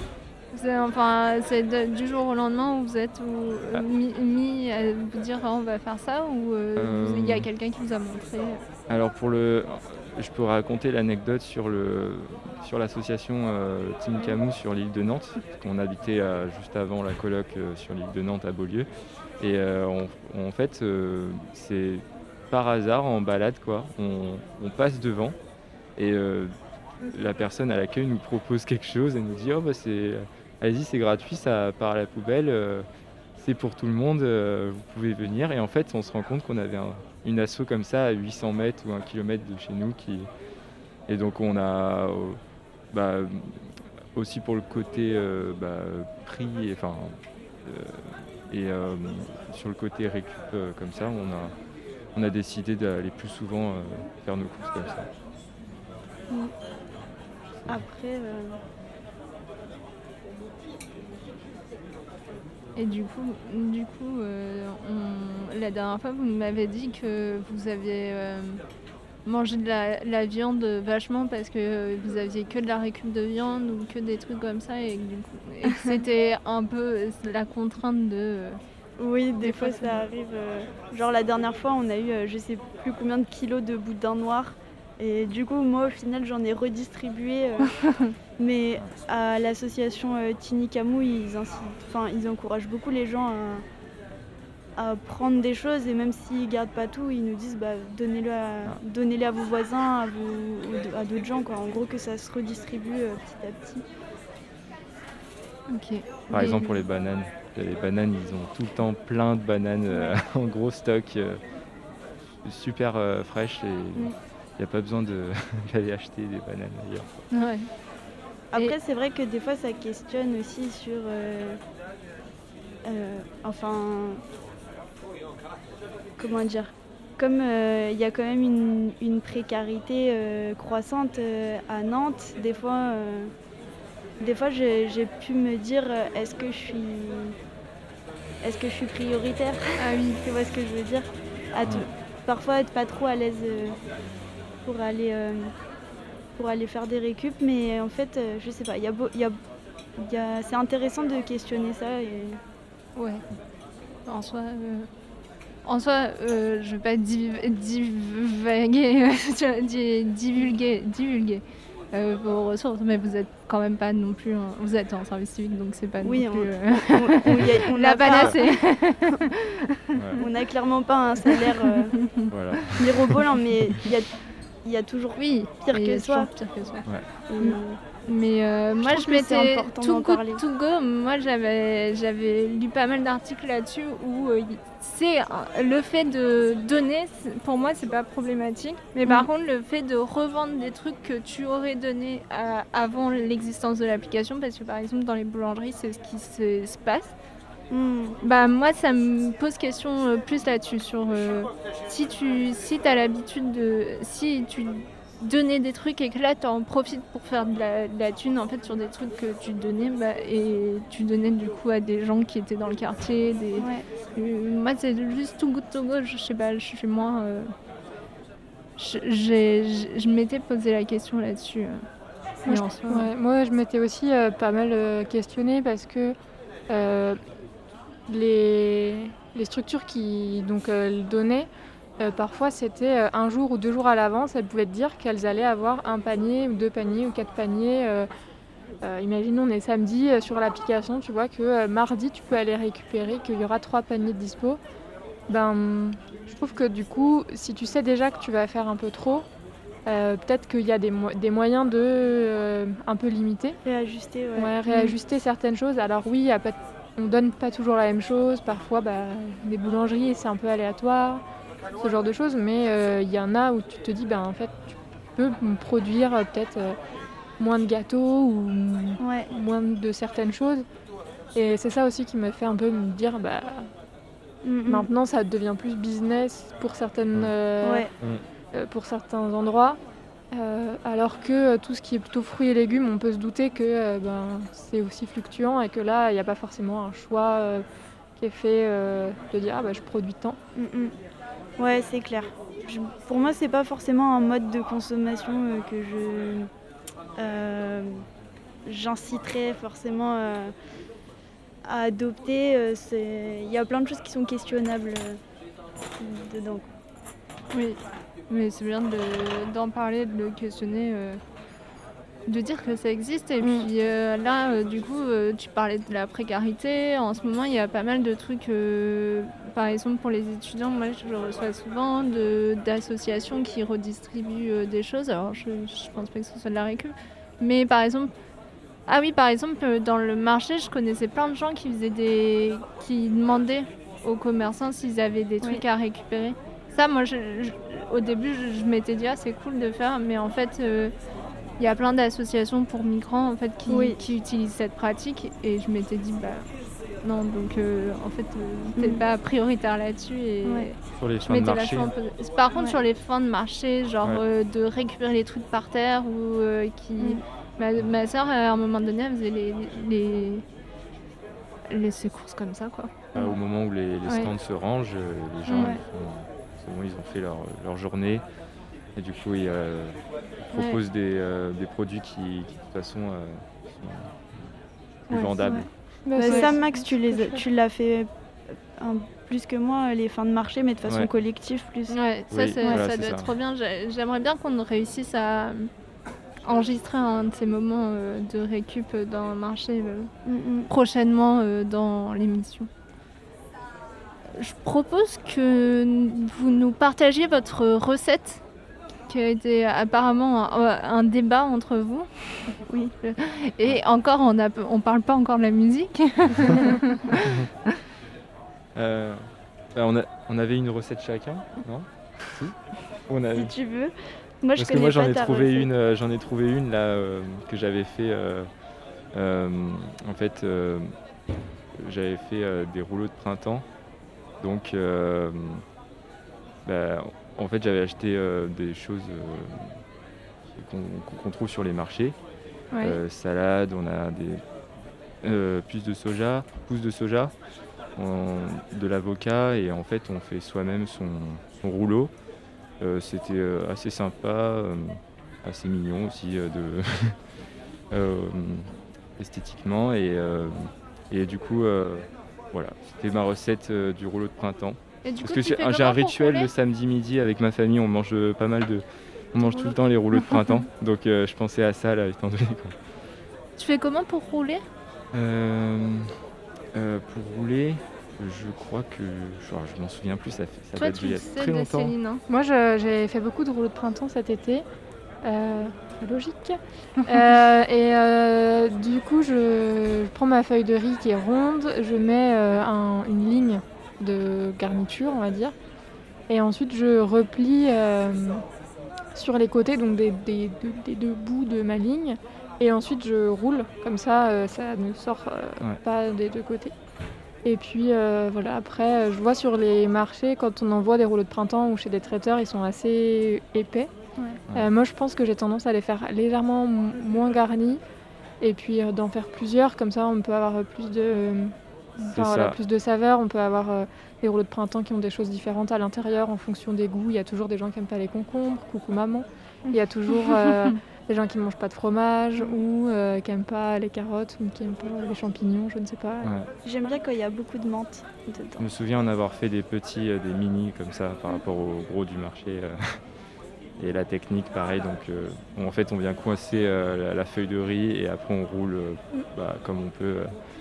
c'est du jour au lendemain où vous êtes mis à vous dire on va faire ça ou il y a quelqu'un qui vous a montré Alors je peux raconter l'anecdote sur l'association Team Camou sur l'île de Nantes. On habitait juste avant la coloc sur l'île de Nantes à Beaulieu. Et en fait, c'est par hasard en balade, quoi. On passe devant et la personne à l'accueil nous propose quelque chose et nous dit allez-y, c'est gratuit, ça part à la poubelle, c'est pour tout le monde, vous pouvez venir. Et en fait, on se rend compte qu'on avait une asso comme ça à 800 mètres ou 1 kilomètre de chez nous. Et donc on a aussi pour le côté prix et sur le côté récup comme ça, on a décidé d'aller plus souvent faire nos courses comme ça. Après, et du coup la dernière fois vous m'avez dit que vous aviez mangé de la viande vachement parce que vous aviez que de la récup de viande ou que des trucs comme ça et que c'était un peu la contrainte de oui, des Des fois fois, ça arrive. Genre la dernière fois, on a eu je sais plus combien de kilos de boudin noir. Et du coup, moi, au final, j'en ai redistribué. Mais à l'association Tini Camou, ils encouragent beaucoup les gens à prendre des choses. Et même s'ils ne gardent pas tout, ils nous disent donnez-les à vos voisins, à d'autres gens, quoi. En gros, que ça se redistribue petit à petit. Ok. Par exemple pour les bananes. Les bananes, ils ont tout le temps plein de bananes en gros stock, super fraîches et il n'y a pas besoin d'aller acheter des bananes ailleurs. Ouais. Après, c'est vrai que des fois, ça questionne aussi sur... comment dire ? Comme il y a quand même une précarité croissante à Nantes, des fois j'ai pu me dire est-ce que je suis prioritaire ? Ah oui. Tu vois ce que je veux dire ? Parfois être pas trop à l'aise pour aller faire des récup, mais en fait je sais pas, il y a c'est intéressant de questionner ça. Et... Ouais. En soi, je vais pas divaguer, divulguer vos ressources, mais vous êtes quand même pas non plus, vous êtes en service civique, donc c'est pas Oui, non plus on la n'a pas, panacée. on n'a clairement pas un salaire Voilà. mirobolant, mais il y a toujours Oui, pire il y a que soi. toujours pire que soi. Ouais. Mais moi, trouve je que c'est m'étais important too d'en good parler. to go. Moi, j'avais lu pas mal d'articles là-dessus où c'est le fait de donner, pour moi, c'est pas problématique. Mais par contre, le fait de revendre des trucs que tu aurais donné avant l'existence de l'application, parce que par exemple, dans les boulangeries, c'est ce qui se passe. Bah moi ça me pose question plus là-dessus sur si t'as l'habitude si tu donnais des trucs et que là tu en profites pour faire de la thune en fait sur des trucs que tu donnais et tu donnais du coup à des gens qui étaient dans le quartier moi c'est juste too good to go, je sais pas, je suis moins je m'étais posé la question là-dessus mais en soi, moi je m'étais aussi pas mal questionnée parce que les structures qui donc donnaient, parfois c'était un jour ou 2 jours à l'avance, elles pouvaient te dire qu'elles allaient avoir un panier ou 2 paniers ou 4 paniers. Imaginons on est samedi sur l'application, tu vois que mardi tu peux aller récupérer, qu'il y aura 3 paniers de dispo. Je trouve que du coup, si tu sais déjà que tu vas faire un peu trop, peut-être qu'il y a des moyens de un peu limiter. Réajuster, réajuster certaines choses. Alors oui, on donne pas toujours la même chose. Parfois, des boulangeries, c'est un peu aléatoire, ce genre de choses. Mais il y en a où tu te dis, en fait, tu peux produire peut-être moins de gâteaux ou moins de certaines choses. Et c'est ça aussi qui me fait un peu me dire, maintenant, ça devient plus business pour certaines, pour certains endroits. Alors que tout ce qui est plutôt fruits et légumes, on peut se douter que c'est aussi fluctuant et que là, il n'y a pas forcément un choix qui est fait de dire je produis tant. Ouais, c'est clair. Pour moi, c'est pas forcément un mode de consommation que j'inciterais forcément à adopter. Il y a plein de choses qui sont questionnables dedans. Oui. Mais c'est bien d'en parler, de le questionner, de dire que ça existe. Et puis là, du coup, tu parlais de la précarité. En ce moment, il y a pas mal de trucs, par exemple pour les étudiants, moi je reçois souvent d'associations qui redistribuent des choses. Alors je pense pas que ce soit de la récup. Mais par exemple, dans le marché, je connaissais plein de gens qui demandaient aux commerçants s'ils avaient des trucs à récupérer. Ça, moi, au début, je m'étais dit c'est cool de faire, mais en fait, il y a plein d'associations pour migrants en fait qui utilisent cette pratique, et je m'étais dit non, donc en fait, t'es pas prioritaire là-dessus. Et sur les fins de marché. Par contre, sur les fins de marché, genre de récupérer les trucs par terre ou ma soeur, à un moment donné, elle faisait ses courses comme ça, quoi. Au moment où les stands se rangent, les gens ils ont fait leur journée, et du coup ils proposent des produits qui de toute façon sont plus vendables. Ça, Max, tu l'as fait plus que moi, les fins de marché, mais de façon collective plus. Ouais, ça doit être trop bien. J'aimerais bien qu'on réussisse à enregistrer un de ces moments de récup dans le marché prochainement dans l'émission. Je propose que vous nous partagiez votre recette, qui a été apparemment un débat entre vous. Oui. Et encore, on parle pas encore de la musique. On avait une recette chacun, non? Si tu veux. Moi, parce que moi j'en ai trouvé une là que j'avais fait. En fait, j'avais fait des rouleaux de printemps. Donc, en fait, j'avais acheté des choses qu'on trouve sur les marchés. Salade, on a des pousses de soja, de l'avocat, et en fait, on fait soi-même son rouleau. C'était assez sympa, assez mignon aussi. esthétiquement. Et du coup, voilà, c'était ma recette du rouleau de printemps. Et du Parce coup, que tu fais j'ai un comment pour rituel rouler le samedi midi avec ma famille, on mange pas mal de... On mange tout le temps les rouleaux de printemps, donc je pensais à ça là, étant donné quoi. Tu fais comment pour rouler? Pour rouler, je crois que... je m'en souviens plus, ça Toi, date tu d'il y le a sais très de longtemps. Céline, hein. Moi, j'ai fait beaucoup de rouleaux de printemps cet été. Logique. Du coup, je prends ma feuille de riz qui est ronde, je mets une ligne de garniture, on va dire. Et ensuite, je replie sur les côtés, donc des deux bouts de ma ligne. Et ensuite, je roule, comme ça, ça ne sort pas des deux côtés. Et puis voilà, après, je vois sur les marchés, quand on envoie des rouleaux de printemps ou chez des traiteurs, ils sont assez épais. Ouais. Moi, je pense que j'ai tendance à les faire légèrement moins garnis et puis d'en faire plusieurs, comme ça on peut avoir plus de saveur, on peut avoir des rouleaux de printemps qui ont des choses différentes à l'intérieur en fonction des goûts. Il y a toujours des gens qui n'aiment pas les concombres, coucou maman. Il y a toujours des gens qui ne mangent pas de fromage ou qui n'aiment pas les carottes ou qui n'aiment pas les champignons, je ne sais pas. Ouais. J'aime bien quand il y a beaucoup de menthe dedans. Je me souviens en avoir fait des petits, des mini comme ça par rapport au gros du marché. Et la technique pareil, donc en fait on vient coincer la feuille de riz et après on roule comme on peut.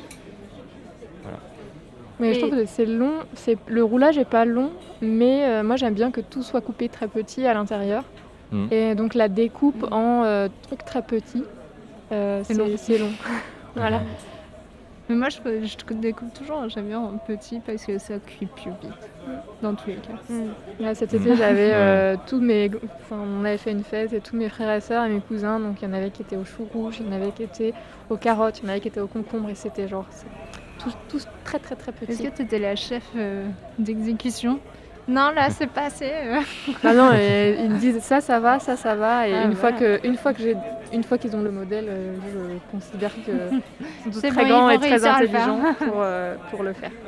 Voilà. Mais je trouve que c'est long, le roulage n'est pas long, mais moi j'aime bien que tout soit coupé très petit à l'intérieur. Et donc la découpe en trucs très petits, c'est long. Voilà. Mais moi, je découpe toujours, j'aime bien en petit parce que ça cuit plus vite, dans tous les cas. Là, cet été, j'avais on avait fait une fête et tous mes frères et sœurs et mes cousins, donc il y en avait qui étaient aux choux rouges, il y en avait qui étaient aux carottes, il y en avait qui étaient aux concombres et c'était genre tous très très très petits. Est-ce que tu étais la chef d'exécution? Non, là, c'est pas assez. Bah non, et ils me disent ça va, ça va. Et une fois qu'ils ont le modèle, je considère qu'ils sont tous très grands et très intelligents pour le faire.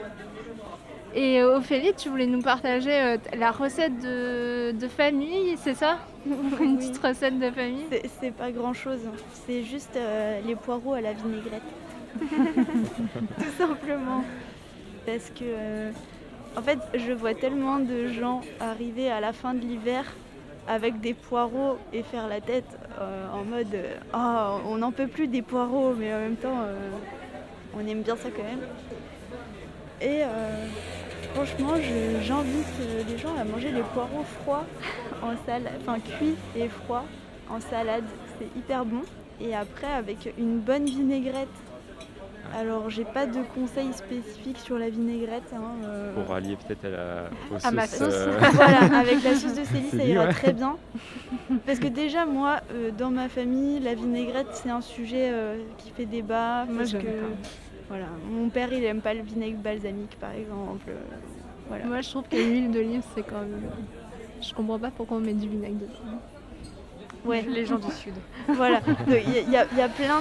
Et Ophélie, tu voulais nous partager la recette de famille, c'est ça? Une petite recette de famille? C'est pas grand chose, c'est juste les poireaux à la vinaigrette. Tout simplement. Parce que en fait, je vois tellement de gens arriver à la fin de l'hiver avec des poireaux et faire la tête en mode on n'en peut plus des poireaux, mais en même temps on aime bien ça quand même. Et franchement, j'invite les gens à manger les poireaux froids en salade, enfin cuits et froids en salade, c'est hyper bon. Et après avec une bonne vinaigrette. Alors, j'ai pas de conseils spécifiques sur la vinaigrette. Pour rallier peut-être à ma sauce. Voilà, avec la sauce de Célie, ça ira très bien. Parce que déjà, moi, dans ma famille, la vinaigrette, c'est un sujet qui fait débat. Moi, j'aime pas. Voilà, mon père, il aime pas le vinaigre balsamique, par exemple. Voilà. Moi, je trouve que l'huile d'olive, c'est quand même... Je comprends pas pourquoi on met du vinaigre dedans. Ouais. Les gens du Sud. Voilà, il y a plein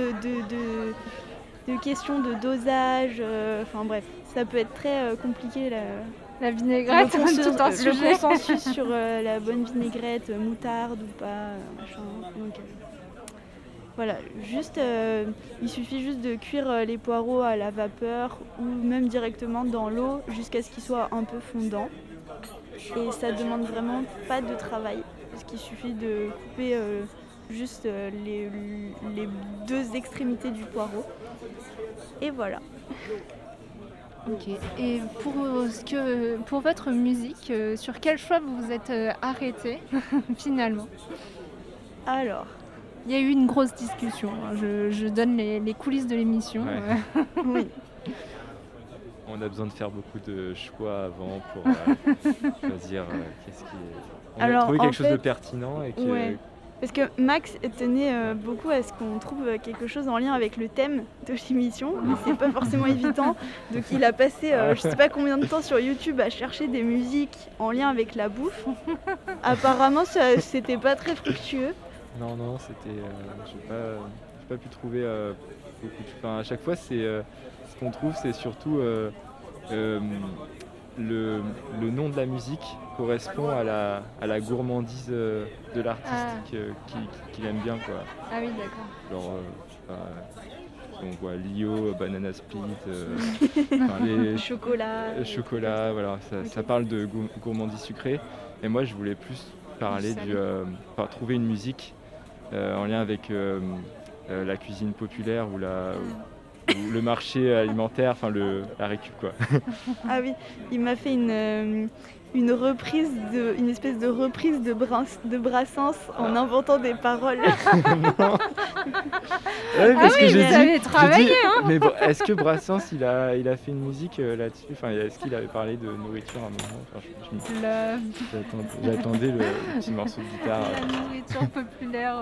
de questions de dosage, enfin bref, ça peut être très compliqué la vinaigrette, le consensus sur la bonne vinaigrette, moutarde ou pas, machin. Donc, voilà, juste, il suffit juste de cuire les poireaux à la vapeur ou même directement dans l'eau jusqu'à ce qu'ils soient un peu fondants. Et ça demande vraiment pas de travail, parce qu'il suffit de couper juste les deux extrémités du poireau. Et voilà. Ok. Et pour votre musique, sur quel choix vous vous êtes arrêté finalement? Alors, il y a eu une grosse discussion. Hein. Je donne les coulisses de l'émission. Ouais. Oui. On a besoin de faire beaucoup de choix avant pour choisir qu'est-ce qui est... On a trouvé quelque chose de pertinent et ouais. Parce que Max tenait beaucoup à ce qu'on trouve quelque chose en lien avec le thème de l'émission, mais c'est pas forcément évident. Donc il a passé je sais pas combien de temps sur YouTube à chercher des musiques en lien avec la bouffe. Apparemment c'était pas très fructueux. Non, c'était... j'ai pas pu trouver beaucoup de... Enfin, à chaque fois, c'est ce qu'on trouve, c'est surtout le nom de la musique correspond à la gourmandise de l'artiste qu'il aime bien, quoi. Ah oui, d'accord. Genre, je sais pas, On voit Lio, Banana Split, enfin, les Chocolat. voilà, ça parle de gourmandise sucrée. Et moi, je voulais plus parler trouver une musique en lien avec la cuisine populaire ou le marché alimentaire, enfin la récup quoi. Ah oui, il m'a fait une espèce de reprise de Brassens en inventant des paroles. Non. Ouais, parce que vous avez travaillé, hein. Mais bon, est-ce que Brassens il a fait une musique là-dessus, enfin, est-ce qu'il avait parlé de nourriture à un moment, j'attendais le petit morceau de guitare. La nourriture populaire.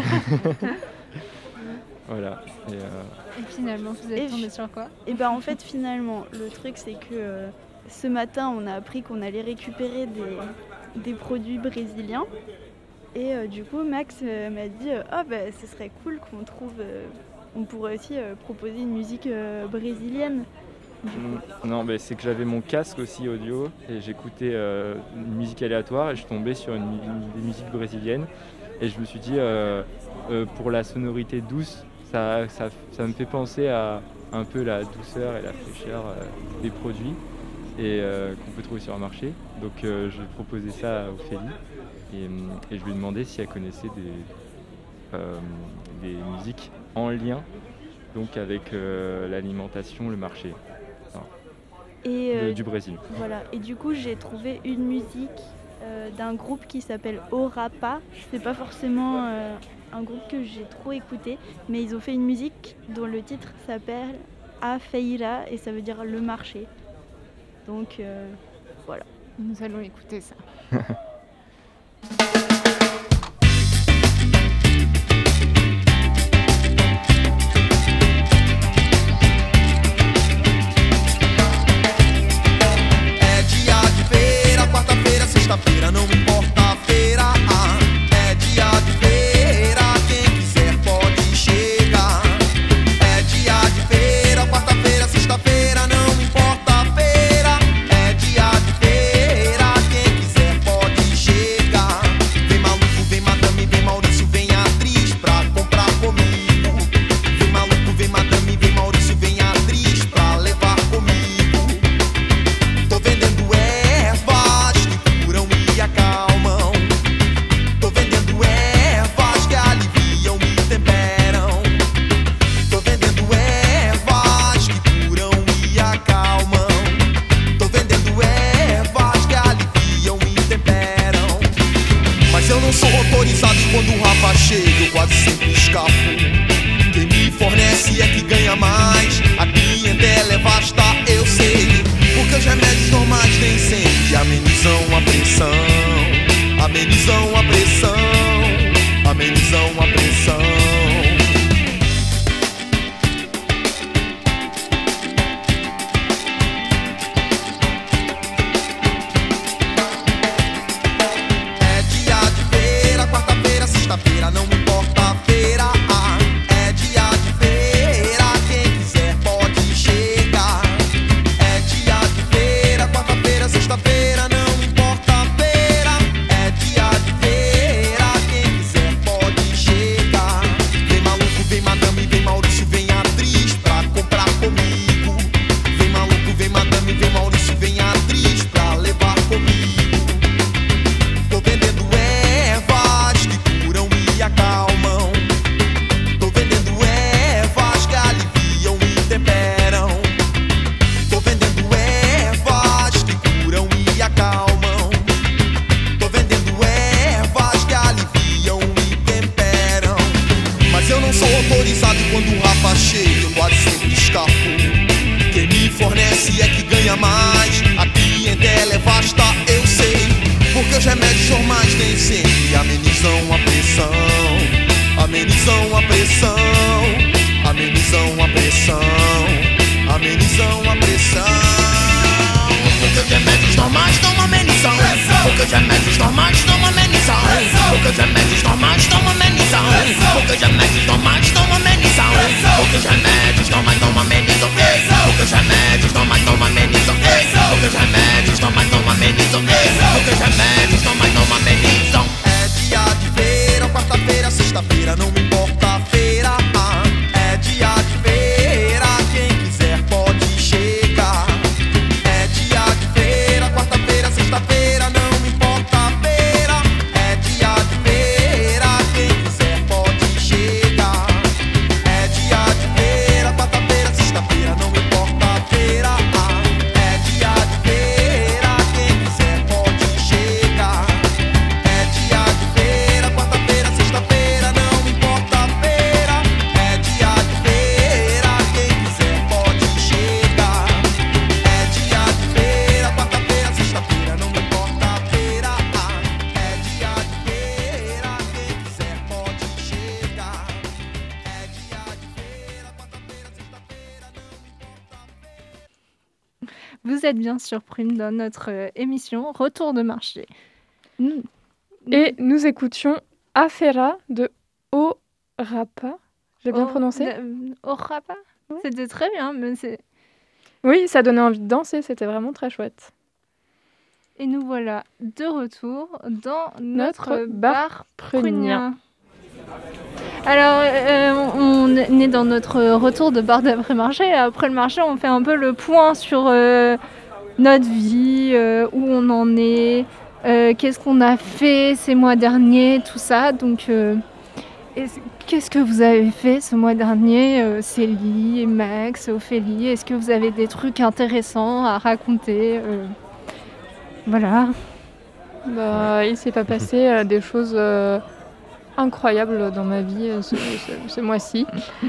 Voilà. Et finalement, vous êtes tombé sur quoi? Et ben en fait, finalement, le truc c'est que ce matin, on a appris qu'on allait récupérer des produits brésiliens. Et du coup, Max m'a dit ce serait cool qu'on trouve. On pourrait aussi proposer une musique brésilienne. Non, mais c'est que j'avais mon casque aussi audio et j'écoutais une musique aléatoire et je tombais sur des musiques brésiliennes. Et je me suis dit, pour la sonorité douce, ça me fait penser à un peu la douceur et la fraîcheur des produits et qu'on peut trouver sur un marché. Donc j'ai proposé ça à Ophélie et je lui ai demandé si elle connaissait des musiques en lien donc avec l'alimentation, le marché du Brésil. Voilà. Et du coup, j'ai trouvé une musique d'un groupe qui s'appelle Orapa. C'est pas forcément un groupe que j'ai trop écouté, mais ils ont fait une musique dont le titre s'appelle A Feira et ça veut dire le marché. Donc voilà. Nous allons écouter ça. É dia de feira, quarta-feira, sexta-feira, não importa a feira. É dia de feira, quem quiser pode chegar. É dia de feira, quarta-feira, sexta-feira, não importa a feira. É dia de feira, quem quiser pode chegar. Vem maluco, vem madame, vem Maurício, vem atriz pra comprar comigo. Vem maluco, vem madame, vem Maurício, vem atriz pra levar comigo. Tô vendendo ervas que curam e acalmam. Tô vendendo ervas que aliviam e temperam. Tô vendendo ervas que curam e acalmam. Tô vendendo ervas que aliviam e temperam. Mas eu não sou autorizado e quando o Rafa chega eu quase sempre escapo. Quem me fornece é que ganha mais. A clientela é vasta, eu sei. Porque os remédios normais nem sempre amenizam a pressão. Amenizam a pressão. Amenizam a pressão. É dia de feira, quarta-feira, sexta-feira, não importa a feira. É dia de feira, quem quiser pode chegar. É dia de feira, quarta-feira, sexta-feira, não importa a feira. É dia de feira, quem quiser pode chegar. Vem maluco, vem madame, vem Maurício, vem atriz pra comprar comigo. Vem maluco, vem madame, vem Maurício, vem atriz pra levar comigo. Tô vendendo ervas que curam e acalmam. Tô vendendo ervas que aliviam e temperam. Tô vendendo ervas que curam e acalmam. Tô vendendo ervas que aliviam e temperam. Mas eu não sou autorizado e quando o Rafa chega eu quase sempre escapo. Quem me fornece é que ganha mais. A clientela é vasta, eu sei. Porque os remédios normais nem sempre amenizam a pressão. Amenizam a pressão. Amenizam a pressão. Amenizam a pressão. Porque os remédios normais não amenizam. Porque os remédios normais não amenizam. Porque os remédios normais não amenizam. Porque os remédios normais não amenizam. Porque os remédios normais não amenizam. Porque os remédios normais não amenizam. Porque os remédios normais não amenizam. Porque os remédios normais não amenizam. É dia de feira, quarta-feira, sexta-feira, não me importa a feira. É dia de feira. Vous êtes bien sur Prune dans notre émission Retour de marché. Et nous écoutions Afera de Orapa. J'ai bien prononcé? Orapa. C'était très bien, mais c'est... Oui, ça donnait envie de danser, c'était vraiment très chouette. Et nous voilà de retour dans notre bar prunien. Alors, on est dans notre retour de bar d'après-marché. Après le marché, on fait un peu le point sur notre vie, où on en est, qu'est-ce qu'on a fait ces mois derniers, tout ça. Donc, qu'est-ce que vous avez fait ce mois dernier, Célie, Max, Ophélie? Est-ce que vous avez des trucs intéressants à raconter Voilà. Bah, il s'est pas passé des choses incroyables dans ma vie ce mois-ci.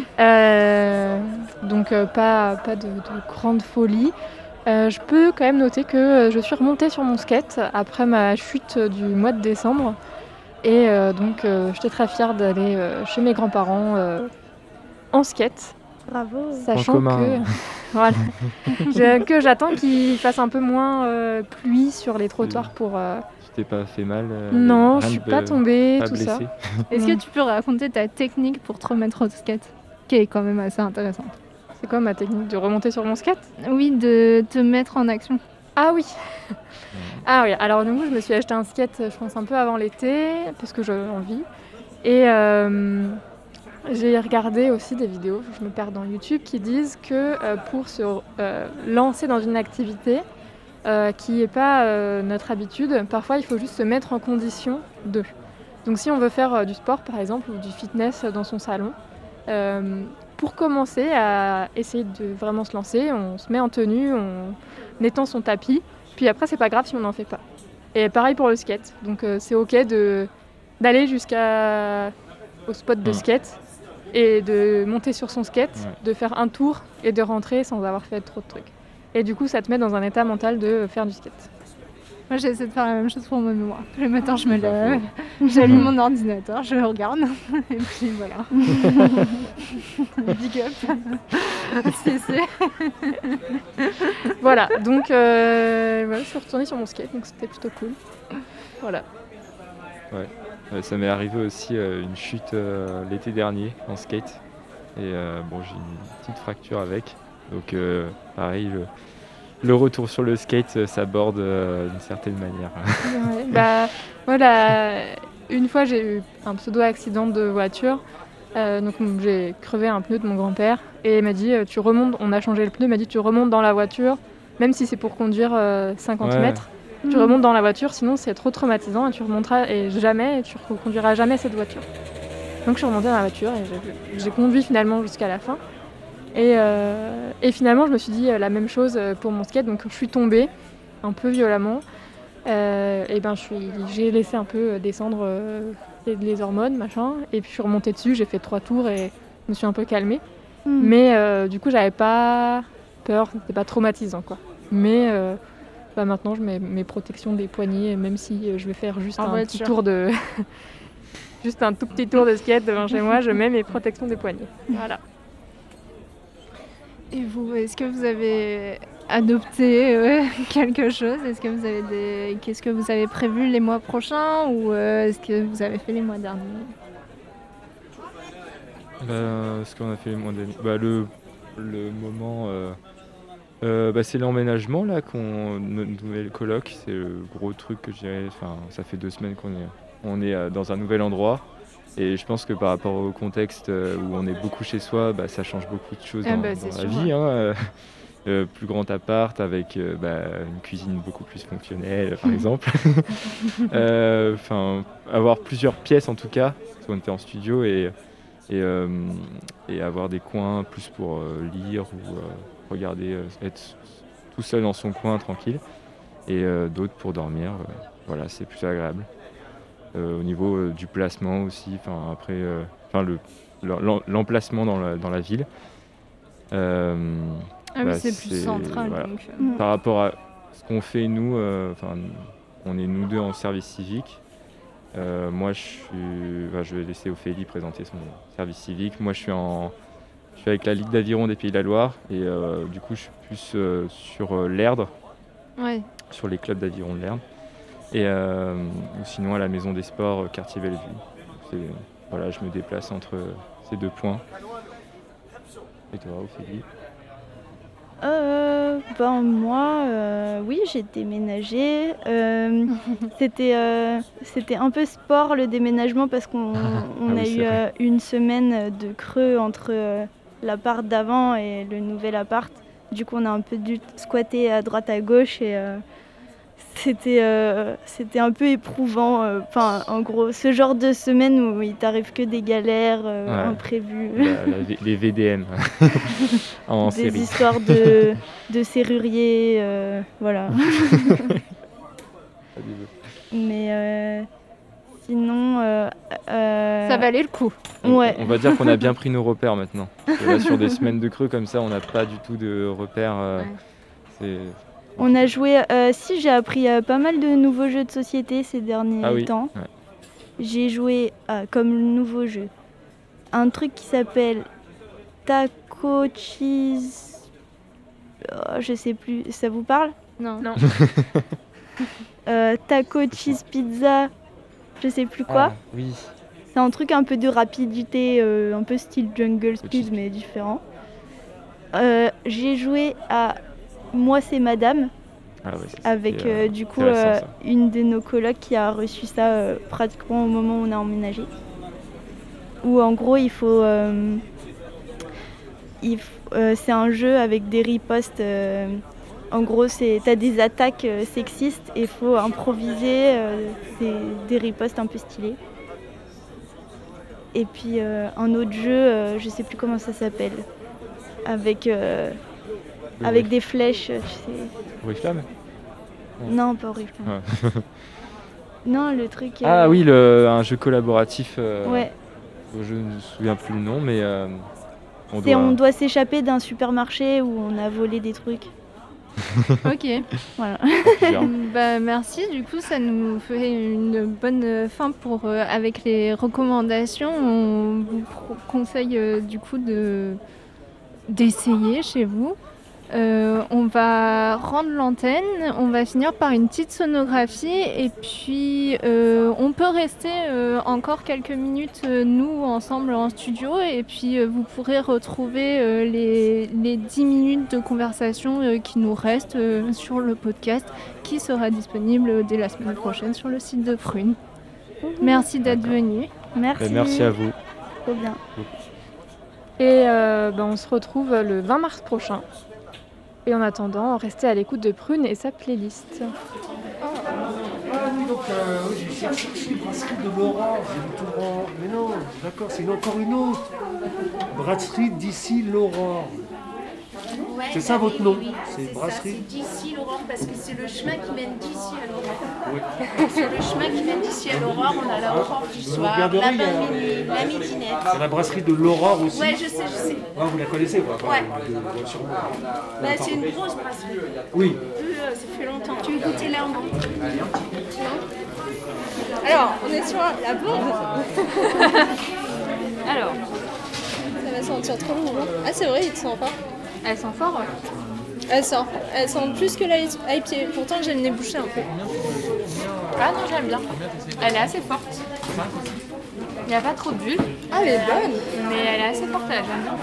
Donc pas de grande folie. Je peux quand même noter que je suis remontée sur mon skate après ma chute du mois de décembre. Et donc j'étais très fière d'aller chez mes grands-parents en skate. Bravo. Sachant que, voilà, que j'attends qu'il fasse un peu moins pluie sur les trottoirs pour... Tu t'es pas fait mal? Non, je suis pas tombée, pas tout blessé. ça. Est-ce que tu peux raconter ta technique pour te remettre au skate, qui est quand même assez intéressante? C'est quoi ma technique? De remonter sur mon skate? Oui, de te mettre en action. Ah oui. Ah oui, alors du coup, je me suis acheté un skate, je pense, un peu avant l'été, parce que j'avais envie. Et j'ai regardé aussi des vidéos, je me perds dans YouTube, qui disent que pour se lancer dans une activité qui n'est pas notre habitude, parfois il faut juste se mettre en condition de. Donc si on veut faire du sport, par exemple, ou du fitness dans son salon, pour commencer à essayer de vraiment se lancer, on se met en tenue, on étend son tapis, puis après c'est pas grave si on n'en fait pas. Et pareil pour le skate, donc c'est ok d'aller jusqu'au spot de skate et de monter sur son skate, de faire un tour et de rentrer sans avoir fait trop de trucs. Et du coup ça te met dans un état mental de faire du skate. Moi j'essaie de faire la même chose pour mon mémoire. Le matin je me lève, j'allume mon ordinateur, je le regarde et puis voilà. Big up. Voilà, donc je suis retournée sur mon skate, donc c'était plutôt cool. Voilà. Ouais, ça m'est arrivé aussi une chute l'été dernier en skate. Et bon, j'ai une petite fracture avec. Donc pareil, le retour sur le skate s'aborde d'une certaine manière. Ouais, bah voilà, une fois j'ai eu un pseudo-accident de voiture. Donc j'ai crevé un pneu de mon grand-père et il m'a dit tu remontes, on a changé le pneu, il m'a dit tu remontes dans la voiture, même si c'est pour conduire 50 mètres, tu remontes dans la voiture, sinon c'est trop traumatisant et tu remonteras et tu reconduiras jamais cette voiture. Donc je suis remontée dans la voiture et j'ai conduit finalement jusqu'à la fin. Et finalement je me suis dit la même chose pour mon skate, donc je suis tombée un peu violemment. Et ben j'ai laissé un peu descendre les hormones, machin, et puis je suis remontée dessus, j'ai fait 3 tours et je me suis un peu calmée. Mais du coup j'avais pas peur, c'était pas traumatisant quoi. Mais maintenant je mets mes protections des poignets, même si je vais faire juste petit tour de juste un tout petit tour de skate devant chez moi, je mets mes protections des poignets. Voilà. Et vous, est-ce que vous avez adopté quelque chose? Qu'est-ce que vous avez prévu les mois prochains ou est-ce que vous avez fait les mois derniers? Ce qu'on a fait les mois derniers, le moment, c'est l'emménagement là, notre nouvelle coloc, c'est le gros truc que je dirais. Enfin, ça fait 2 semaines qu'on est dans un nouvel endroit. Et je pense que par rapport au contexte où on est beaucoup chez soi, ça change beaucoup de choses dans la vie. Hein, plus grand appart avec une cuisine beaucoup plus fonctionnelle, par exemple. Avoir plusieurs pièces en tout cas, parce qu'on était en studio, et avoir des coins plus pour lire ou regarder, être tout seul dans son coin tranquille, et d'autres pour dormir. Voilà, c'est plus agréable. Au niveau du placement aussi, l'emplacement dans la ville. C'est plus central. Voilà. Donc, par rapport à ce qu'on fait nous, on est nous deux en service civique. Moi je vais laisser Ophélie présenter son service civique. Moi je suis avec la Ligue d'aviron des Pays de la Loire et du coup je suis plus sur l'Erdre, Ouais. sur les clubs d'aviron de l'Erdre. Et ou sinon à la Maison des Sports, quartier Bellevue. Voilà, je me déplace entre ces 2 points. Et toi, Ophélie? Moi, oui, j'ai déménagé. C'était un peu sport le déménagement parce qu'on oui, a c'est eu vrai. une semaine de creux entre l'appart d'avant et le nouvel appart. Du coup, on a un peu dû squatter à droite à gauche et c'était un peu éprouvant. En gros, ce genre de semaine où il t'arrive que des galères imprévues. Les VDM en Des série. histoires de serruriers, voilà. Mais sinon, Ça valait le coup. ouais. On va dire qu'on a bien pris nos repères maintenant. Parce que là, sur des semaines de creux comme ça, on n'a pas du tout de repères. C'est... On a joué. Si, j'ai appris pas mal de nouveaux jeux de société ces derniers temps. Ouais. J'ai joué comme nouveau jeu un truc qui s'appelle Taco Cheese. Je sais plus. Ça vous parle? Non. Taco Cheese Pizza. Je sais plus quoi. Ah, oui. C'est un truc un peu de rapidité, un peu style Jungle Speed, mais différent. J'ai joué à Moi c'est Madame, avec du coup une de nos colocs qui a reçu ça pratiquement au moment où on a emménagé. Où en gros c'est un jeu avec des ripostes. En gros, t'as des attaques sexistes et il faut improviser des ripostes un peu stylées. Et puis un autre jeu, je sais plus comment ça s'appelle, avec des flèches, tu sais. Oriflamme? Non, pas Oriflamme. Ouais. Non, le truc. Ah oui, un jeu collaboratif. Ouais. Je ne me souviens plus le nom, mais on doit s'échapper d'un supermarché où on a volé des trucs. Ok. Voilà. Merci, du coup ça nous fait une bonne fin pour avec les recommandations. On vous conseille du coup d'essayer chez vous. On va rendre l'antenne, on va finir par une petite sonographie et puis on peut rester encore quelques minutes nous ensemble en studio et puis vous pourrez retrouver les 10 minutes de conversation qui nous restent sur le podcast qui sera disponible dès la semaine prochaine sur le site de Prune. Merci d'être venu. Merci. Merci à vous. Trop bien. Et on se retrouve le 20 mars prochain. Et en attendant, restez à l'écoute de Prune et sa playlist. Dis donc, j'ai cherché une brasserie de Laura. Mais non, d'accord, c'est encore une autre. Brasserie d'ici Laura. Ouais, c'est ça votre nom? Oui, c'est brasserie. C'est d'ici l'Aurore parce que c'est le chemin qui mène d'ici à l'Aurore. Oui. Sur le chemin qui mène d'ici à l'Aurore, on a l'Aurore du soir, la midinette. C'est la brasserie de l'Aurore aussi. Ouais, je sais. Ah, vous la connaissez quoi? Ouais. Sûrement. Bah, c'est une grosse brasserie. Oui. Ça fait longtemps. Tu veux goûter là en montre? Alors, on est sur la blonde. Alors, ça va sentir trop lourd. Ah, c'est vrai, il te sent fort. Elle sent fort, ouais. Elle sent plus que la IPA. Pourtant, j'ai le nez bouché un peu. Ah non, j'aime bien. Elle est assez forte. Il n'y a pas trop de bulles. Ah, elle est bonne. Mais elle est assez forte, j'aime bien.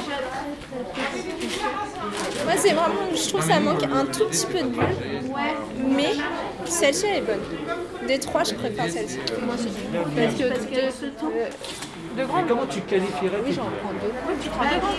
Moi, c'est vraiment, je trouve que ça manque un tout petit peu de bulles. Ouais. Mais celle-ci, elle est bonne. Des trois, je préfère celle-ci. Moi, c'est bien. Parce que de grandes. Comment tu qualifierais? Oui, j'en prends deux. Oui, tu prends deux grandes.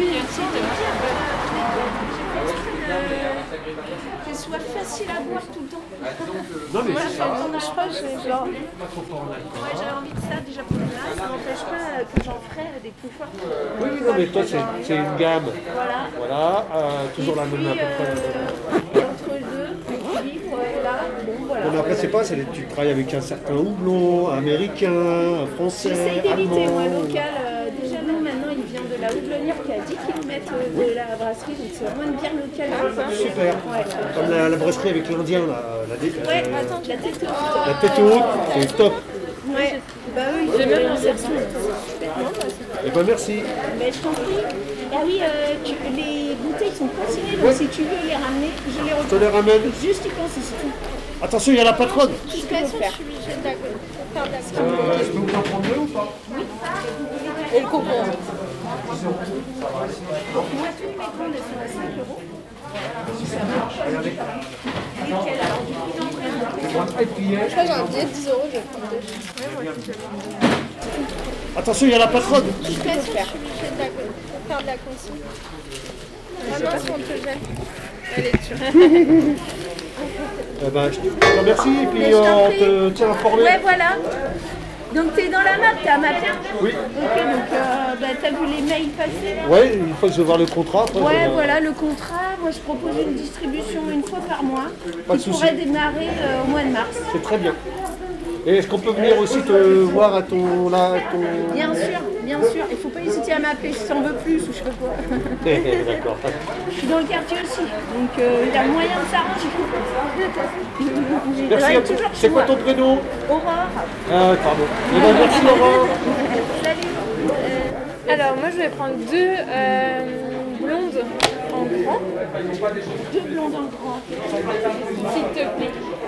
Qu'elle soit facile à boire tout le temps. Non, mais moi, c'est ça. Je crois que j'ai genre. Pas trop fort en alcool. Ouais, j'avais envie de ça déjà pour le glace. Ça n'empêche pas que j'en ferai des plus fortes. Oui, non, mais toi, c'est une gamme. Voilà. Toujours la même à peu près. Entre deux, équilibre, là. Bon, voilà. Bon, après, c'est pas, tu travailles avec un certain houblon, américain, français, j'essaye d'éviter, allemand. moi, local. Déjà, là, maintenant, il vient de la Houblonnière qui est à 10 km de la brasserie, donc c'est vraiment une bière locale. Super. Ouais. Comme la brasserie avec l'Indien, Ouais, attends, la tête haute. La tête haute, c'est top. Ouais, bah oui, j'ai même un cerceau. Eh ben merci. Ben, je t'en prie. Ah oui, les bouteilles sont consignées, donc si tu veux les ramener, je les Je te reprends. les ramène. Juste y penser, c'est tout. Attention, il y a la patronne. De toute façon, je suis obligée d'accord. Je peux vous en prendre deux ou pas? Et le concombre. Moi, tous mes comptes sont à 5 €. Si ça marche. Lesquels alors du coup d'entrée? Je crois que j'ai un billet de 10 €, je vais prendre deux. Attention, il y a la patronne. De toute façon, je suis obligée d'accord. Faire de la consigne. Vraiment, si on te gêne. Elle est dure. Eh ben, je te remercie et puis Mais je t'en on prie. te tient informé. Ouais, voilà. Donc t'es dans la map, t'as mappé? Oui. Ok, donc t'as vu les mails passer là? Ouais, une fois que je vais voir le contrat. Après, Ouais, je- voilà le contrat. Moi je propose une distribution une fois par mois Pas de qui souci. pourrait démarrer au mois de mars. C'est très bien. Et est-ce qu'on peut venir aussi te voir à ton... Là, à ton... Bien sûr. Il faut pas hésiter à m'appeler si t'en veux plus ou je sais pas quoi. D'accord. Je suis dans le quartier aussi, donc il y a moyen de s'arranger. Merci à toi. C'est quoi ton prénom? Aurore. Ah, pardon. Eh ben, merci Laurent. Salut. Alors, moi, je vais prendre deux blondes en grand, Deux blondes en grand. s'il te plaît.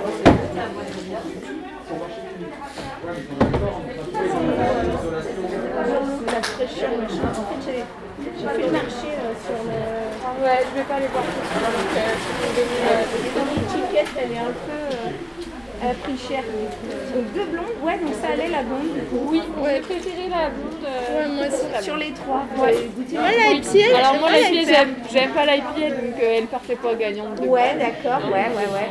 La fraîcheur, machin. En fait, j'ai fait le marché sur le... Ouais, je vais pas les voir tout de suite, donc Dans l'étiquette, elle est un peu... elle a pris cher. Donc deux blondes, ouais, donc ça allait la blonde. oui, j'ai préféré la blonde. Ouais, moi aussi, sur les trois. Ouais. Moi, l'IPA, Alors moi, l'IPA, j'aime pas l'IPA, donc elle partait pas gagnante. de Ouais, d'accord, ouais.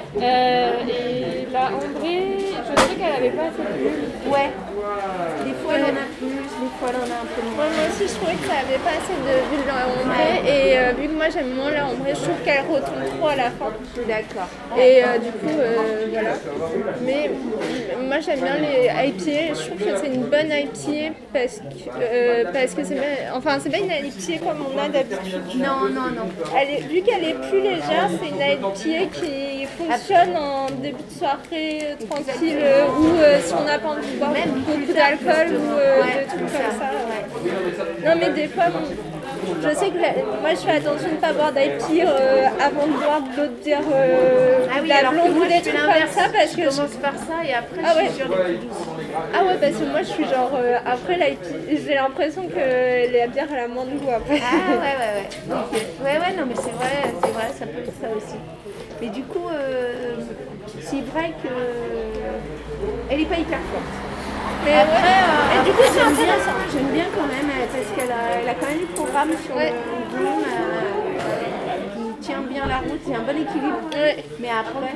Et la Ambrée, je trouvais qu'elle avait pas assez de bulles. Ouais. Des fois, elle en a plus, des fois, elle en a un peu moins. Moi aussi, je trouvais que ça avait pas assez de bulles dans la Ambrée. Et vu que moi, j'aime moins la Ambrée, je trouve qu'elle retombe trop à la fin. D'accord. Et du coup, voilà. Mais moi, j'aime bien les IPA. Je trouve que c'est une bonne IPA parce que c'est bien, enfin, c'est pas une IPA comme on a d'habitude. Non. Vu qu'elle est plus légère, c'est une IPA qui fonctionne en début de soirée tranquille ou si on n'a pas envie de boire beaucoup d'alcool ou des trucs comme ça. Ouais. Non mais des fois, je sais que moi je fais attention de ne pas boire d'IPA avant de boire de l'autre bière, de la blonde ou des trucs comme ça parce que je commence par ça et après Ah ouais. je suis sur les plus douces. Ah ouais, parce que moi je suis genre après l'IPA, j'ai l'impression que la bière elle a moins de goût après. Ah ouais. Ok. Ouais, non mais c'est vrai, ça peut être ça aussi. Mais du coup, c'est vrai que elle est pas hyper forte. Mais Après, ouais. Et du coup c'est intéressant. J'aime bien quand même parce qu'elle a quand même du programme sur le volume qui tient bien la route, c'est un bon équilibre. Ouais. Mais après,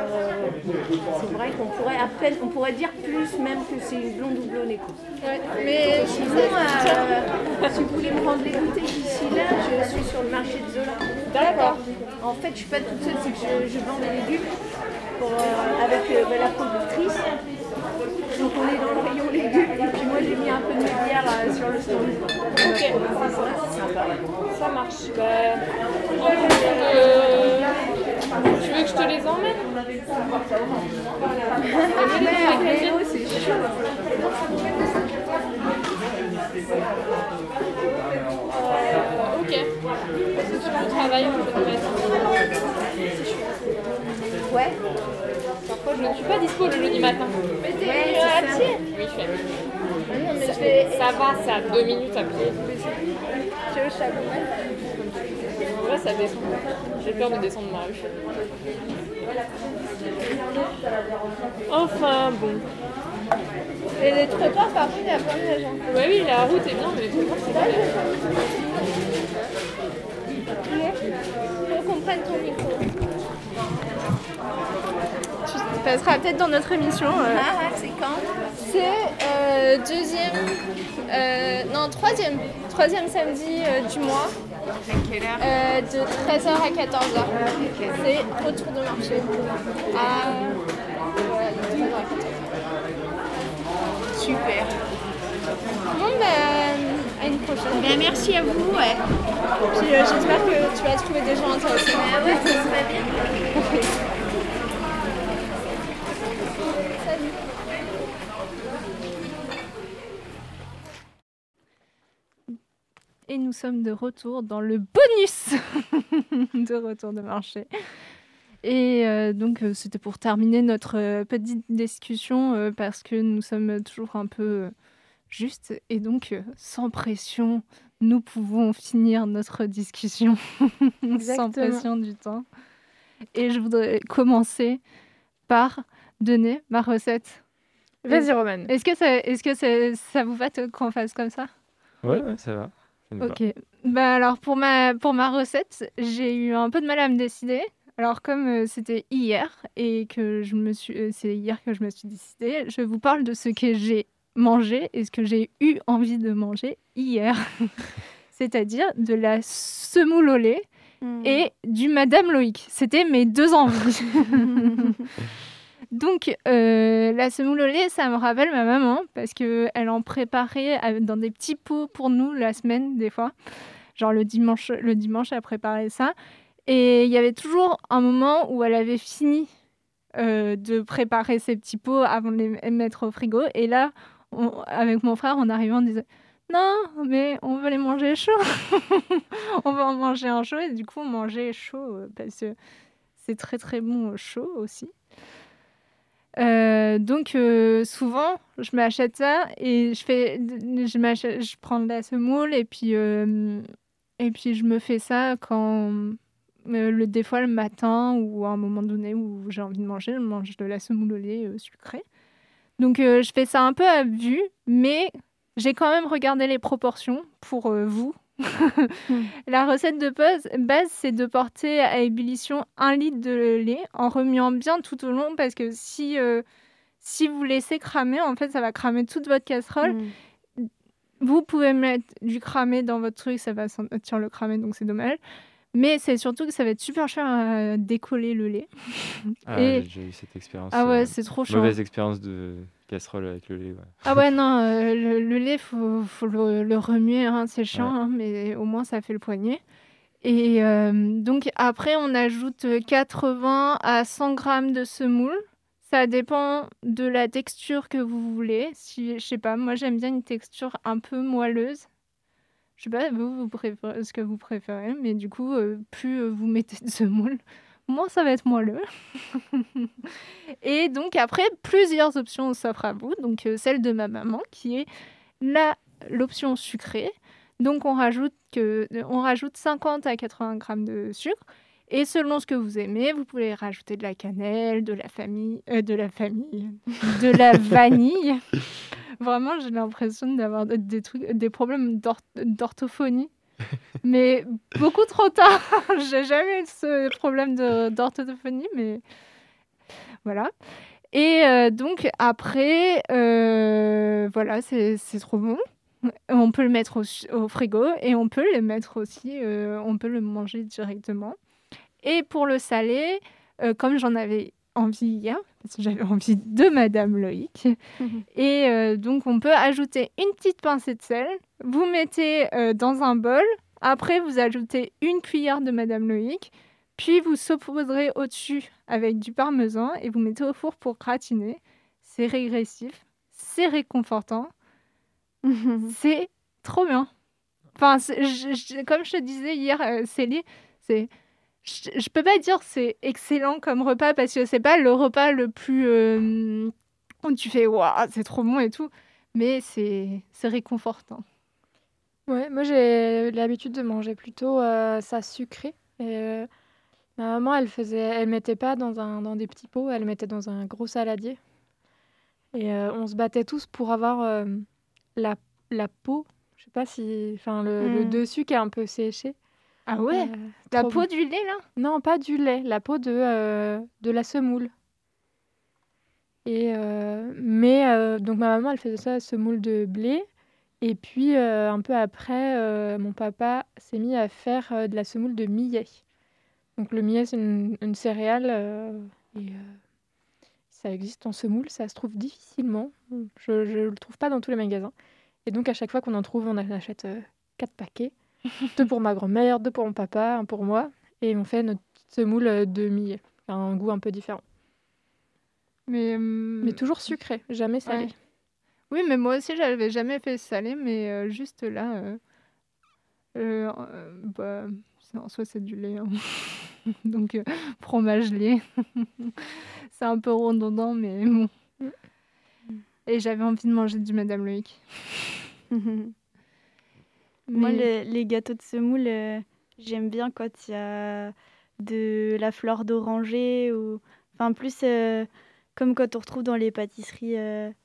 c'est vrai qu'on pourrait dire plus même que c'est une blonde ou blonde écoute. Ouais. Mais Sinon, si vous voulez me rendre les bouteilles d'ici là, je suis sur le marché de Zola. d'accord. En fait, je suis pas toute seule, c'est que je vends des légumes avec la productrice. Donc on est dans le rayon légumes et puis moi j'ai mis un peu de bière sur le stand. Ok. C'est sympa. Ça marche. Tu veux que je te les emmène? Ah ouais, vélo, c'est chaud. Ok. Parce que tu peux travailler un peu de matin. Ouais. Parfois je ne suis pas dispo le jeudi matin. Mais t'es Ouais, à c'est ça. pied? Oui, je fais. Non, mais Ça va, c'est à 2 minutes à pied. tu veux chaque Là, ça descend. J'ai peur de descendre ma rue. Enfin, bon. Et les trottoirs, par contre, il y a plein de gens. Ouais, oui, la route est bien, mais les trottoirs, c'est pas bien. Faut qu'on prenne ton micro. Tu passeras peut-être dans notre émission. c'est quand? C'est troisième samedi du mois. À quelle heure? De 13h à 14h. C'est autour de marché. Voilà, de 13h à 14h. Super. Bon, à une prochaine. Bien, merci à vous. Ouais. Puis j'espère que tu vas trouver des gens intéressants. Ouais, ça serait bien. Et nous sommes de retour dans le bonus de retour de marché. Et donc, c'était pour terminer notre petite discussion parce que nous sommes toujours un peu justes. Et donc, sans pression, nous pouvons finir notre discussion sans pression du temps. Et je voudrais commencer par donner ma recette. Vas-y, Roman. Est-ce que ça vous va qu'on fasse comme ça? Ouais, ça va. Ça nous va. Ok. Bah alors pour ma recette, j'ai eu un peu de mal à me décider. Alors comme c'était hier et que c'est hier que je me suis décidée, je vous parle de ce que j'ai mangé et ce que j'ai eu envie de manger hier. C'est-à-dire de la semoule au lait et du Madame Loïc. C'était mes 2 envies. Donc, la semoule au lait, ça me rappelle ma maman parce qu'elle en préparait dans des petits pots pour nous la semaine, des fois. Genre le dimanche, elle préparait ça. Et il y avait toujours un moment où elle avait fini de préparer ces petits pots avant de les mettre au frigo. Et là, avec mon frère, on arrivait, on disait « Non, mais on veut les manger chauds. On veut en manger un chaud. » Et du coup, on mangeait chaud parce que c'est très, très bon chaud aussi. Donc souvent je m'achète ça et je prends de la semoule et puis je me fais ça quand des fois le matin ou à un moment donné où j'ai envie de manger, je mange de la semoule au lait sucrée. Donc je fais ça un peu à vue, mais j'ai quand même regardé les proportions pour vous. La recette de base, c'est de porter à ébullition 1 litre de lait en remuant bien tout au long parce que si vous laissez cramer, en fait, ça va cramer toute votre casserole. Vous pouvez mettre du cramé dans votre truc, ça va sentir le cramé, donc c'est dommage. Mais c'est surtout que ça va être super cher à décoller le lait. J'ai déjà eu cette expérience. Ah ouais, c'est trop chiant. Mauvaise expérience de casserole avec le lait. Ouais. Ah ouais, non, le lait, faut le remuer, hein, c'est chiant, hein, mais au moins ça fait le poignet. Et donc après, on ajoute 80 à 100 grammes de semoule. Ça dépend de la texture que vous voulez. Je sais pas, moi j'aime bien une texture un peu moelleuse. Je sais pas, vous préférez ce que vous préférez, mais du coup, plus vous mettez de semoule, moins ça va être moelleux. Et donc après, plusieurs options s'offrent à vous. Donc celle de ma maman, qui est l'option sucrée. Donc on rajoute 50 à 80 grammes de sucre. Et selon ce que vous aimez, vous pouvez rajouter de la cannelle, de la vanille. Vraiment, j'ai l'impression d'avoir des problèmes d'orthophonie. Mais beaucoup trop tard. J'ai jamais eu ce problème d'orthophonie, mais voilà. Et donc après, voilà, c'est trop bon. On peut le mettre au frigo et on peut le mettre aussi, on peut le manger directement. Et pour le salé, comme j'en avais envie hier, parce que j'avais envie de Madame Loïc, et donc on peut ajouter une petite pincée de sel. Vous mettez dans un bol. Après, vous ajoutez 1 cuillère de Madame Loïc. Puis vous saupoudrez au-dessus avec du parmesan et vous mettez au four pour gratiner. C'est régressif, c'est réconfortant, c'est trop bien. Enfin, comme je te disais hier, Célie, je peux pas dire c'est excellent comme repas parce que c'est pas le repas le plus où tu fais waouh, c'est trop bon et tout, mais c'est réconfortant. Ouais, moi j'ai l'habitude de manger plutôt ça sucré. Et, ma maman, elle mettait pas dans des petits pots, elle mettait dans un gros saladier. Et on se battait tous pour avoir la peau, je sais pas si, enfin le dessus qui est un peu séché. Ah ouais, la peau du lait là? Non, pas du lait, la peau de la semoule. Et donc ma maman, elle faisait ça, semoule de blé. Et puis un peu après, mon papa s'est mis à faire de la semoule de millet. Donc le millet, c'est une céréale et ça existe en semoule, ça se trouve difficilement. Je le trouve pas dans tous les magasins. Et donc à chaque fois qu'on en trouve, on en achète 4 paquets. 2 pour ma grand-mère, 2 pour mon papa, 1 pour moi. Et on fait notre petite semoule de millet. Un goût un peu différent. Mais toujours sucré, jamais salé. Ouais. Oui, mais moi aussi, j'avais jamais fait salé, mais juste là, En soi, c'est du lait. Hein. Donc, fromage, lait. C'est un peu redondant, mais bon. Et j'avais envie de manger du Madame Loïc. Moi, les gâteaux de semoule, j'aime bien quand il y a de la fleur d'oranger ou... Enfin, plus comme quand on retrouve dans les pâtisseries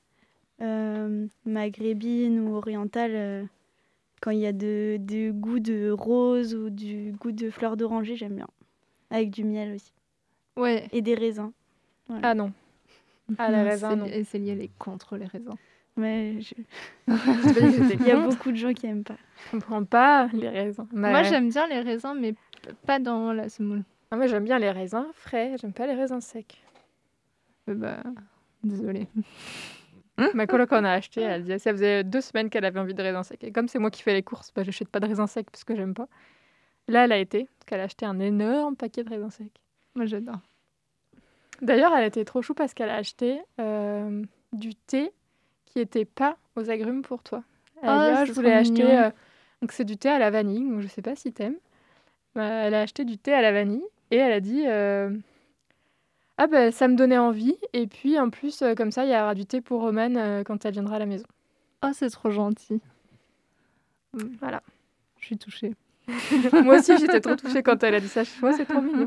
maghrébines ou orientales, quand il y a du goût de rose ou du goût de fleur d'oranger, j'aime bien. Avec du miel aussi. Ouais. Et des raisins. Voilà. Ah non. Ah, les raisins, non. Célie, elle est contre les raisins. Mais il y a beaucoup de gens qui n'aiment pas. Je comprends pas les raisins. Moi, j'aime bien les raisins, mais pas dans la semoule. Ah, moi, j'aime bien les raisins frais, j'aime pas les raisins secs. Désolée. Ma coloc en a acheté, elle disait ça faisait 2 semaines qu'elle avait envie de raisins secs. Et comme c'est moi qui fais les courses, j'achète pas de raisins secs parce que j'aime pas. Là, elle a été, parce qu'elle a acheté un énorme paquet de raisins secs. Moi, j'adore. D'ailleurs, elle était trop chou parce qu'elle a acheté du thé qui était pas aux agrumes pour toi. Elle a dit, je voulais acheter... donc c'est du thé à la vanille, donc je sais pas si t'aimes. Elle a acheté du thé à la vanille et elle a dit... ça me donnait envie. Et puis, en plus, comme ça, il y aura du thé pour Romane quand elle viendra à la maison. Oh, c'est trop gentil. Voilà. Je suis touchée. Moi aussi, j'étais trop touchée quand elle a dit ça. Je vois, c'est trop mignon.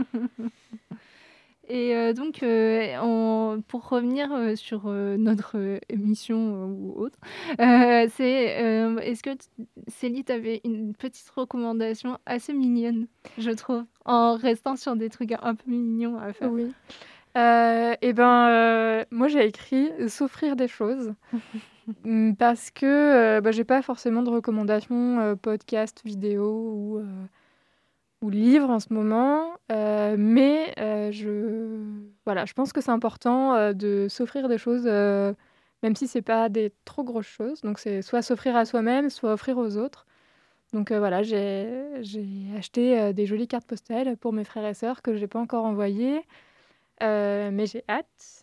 Et donc, pour revenir sur notre émission ou autre, est-ce que Célie, t'avais une petite recommandation assez mignonne, je trouve, en restant sur des trucs un peu mignons à faire? Oui. Moi, j'ai écrit « S'offrir des choses ». Parce que j'ai pas forcément de recommandations podcast, vidéo ou livres en ce moment, mais je pense que c'est important de s'offrir des choses, même si c'est pas des trop grosses choses. Donc c'est soit s'offrir à soi-même, soit offrir aux autres. Donc j'ai acheté des jolies cartes postales pour mes frères et sœurs que j'ai pas encore envoyées, mais j'ai hâte.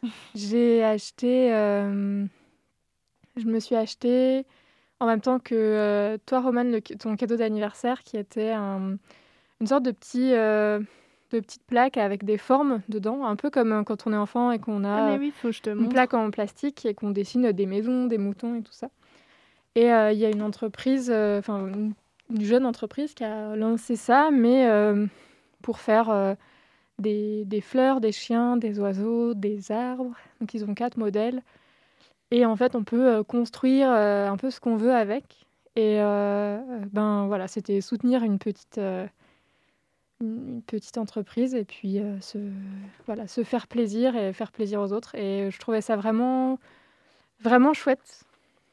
Je me suis acheté en même temps que toi, Romane, ton cadeau d'anniversaire qui était une sorte de petite plaque avec des formes dedans, un peu comme quand on est enfant et qu'on a une plaque en plastique et qu'on dessine des maisons, des moutons et tout ça. Et il y a une entreprise, une jeune entreprise qui a lancé ça, mais pour faire des fleurs, des chiens, des oiseaux, des arbres. Donc ils ont 4 modèles. Et en fait, on peut construire un peu ce qu'on veut avec. Et c'était soutenir une petite entreprise et puis se faire plaisir et faire plaisir aux autres. Et je trouvais ça vraiment, vraiment chouette.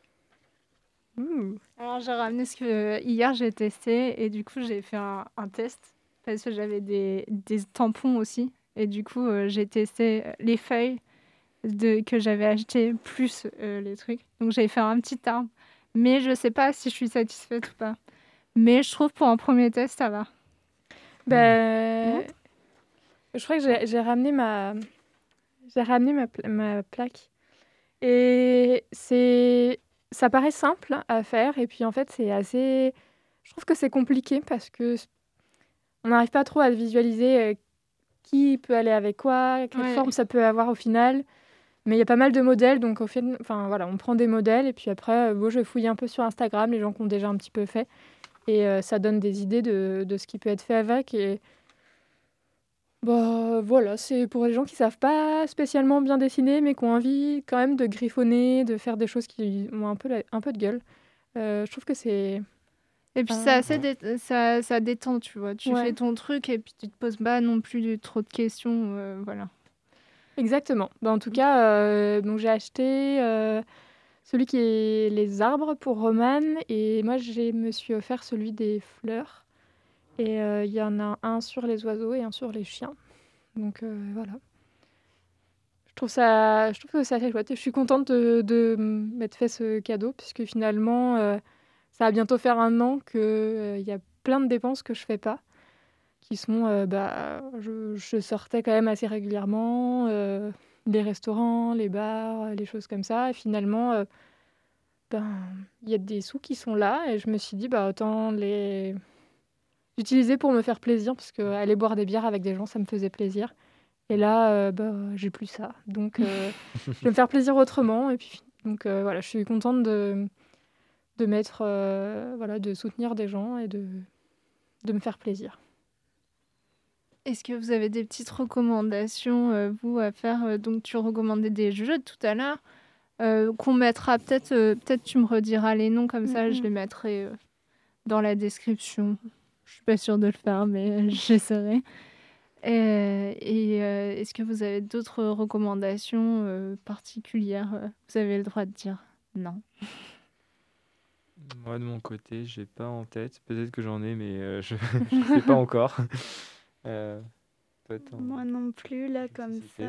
Alors, j'ai ramené ce que hier j'ai testé et du coup, j'ai fait un test parce que j'avais des tampons aussi. Et du coup, j'ai testé les feuilles que j'avais acheté plus les trucs. Donc j'avais fait un petit arbre. Mais je sais pas si je suis satisfaite ou pas. Mais je trouve pour un premier test, ça va. Je crois que j'ai ramené ma plaque. Et ça paraît simple à faire. Et puis en fait, je trouve que c'est compliqué parce que on n'arrive pas trop à visualiser qui peut aller avec quoi, quelle forme ça peut avoir au final. Mais il y a pas mal de modèles, donc on prend des modèles et puis après, je fouille un peu sur Instagram, les gens qui ont déjà un petit peu fait. Et ça donne des idées de ce qui peut être fait avec. Et c'est pour les gens qui savent pas spécialement bien dessiner, mais qui ont envie quand même de griffonner, de faire des choses qui ont un peu de gueule. Je trouve que c'est... Et puis ça détend, tu vois. Tu fais ton truc et puis tu te poses pas non plus trop de questions, voilà. Exactement. En tout cas, j'ai acheté celui qui est les arbres pour Romane et moi je me suis offert celui des fleurs. Et il y en a un sur les oiseaux et un sur les chiens. Donc voilà. Je trouve que c'est assez chouette. Et je suis contente de m'être fait ce cadeau puisque finalement, ça va bientôt faire 1 an qu'il y a plein de dépenses que je fais pas. Qui sont, je sortais quand même assez régulièrement, les restaurants, les bars, les choses comme ça. Et finalement, il y a des sous qui sont là et je me suis dit autant les utiliser pour me faire plaisir parce que aller boire des bières avec des gens, ça me faisait plaisir. Et là, j'ai plus ça. Donc, je vais me faire plaisir autrement. Et puis, donc, voilà, je suis contente de mettre, de soutenir des gens et de me faire plaisir. Est-ce que vous avez des petites recommandations, vous, à faire? Donc, tu recommandais des jeux tout à l'heure, qu'on mettra peut-être tu me rediras les noms, comme ça, je les mettrai dans la description. Je suis pas sûre de le faire, mais j'essaierai. Est-ce que vous avez d'autres recommandations particulières? Vous avez le droit de dire non. Moi, de mon côté, j'ai pas en tête. Peut-être que j'en ai, mais je ne sais pas encore. Toi, Moi non plus, là, comme ça.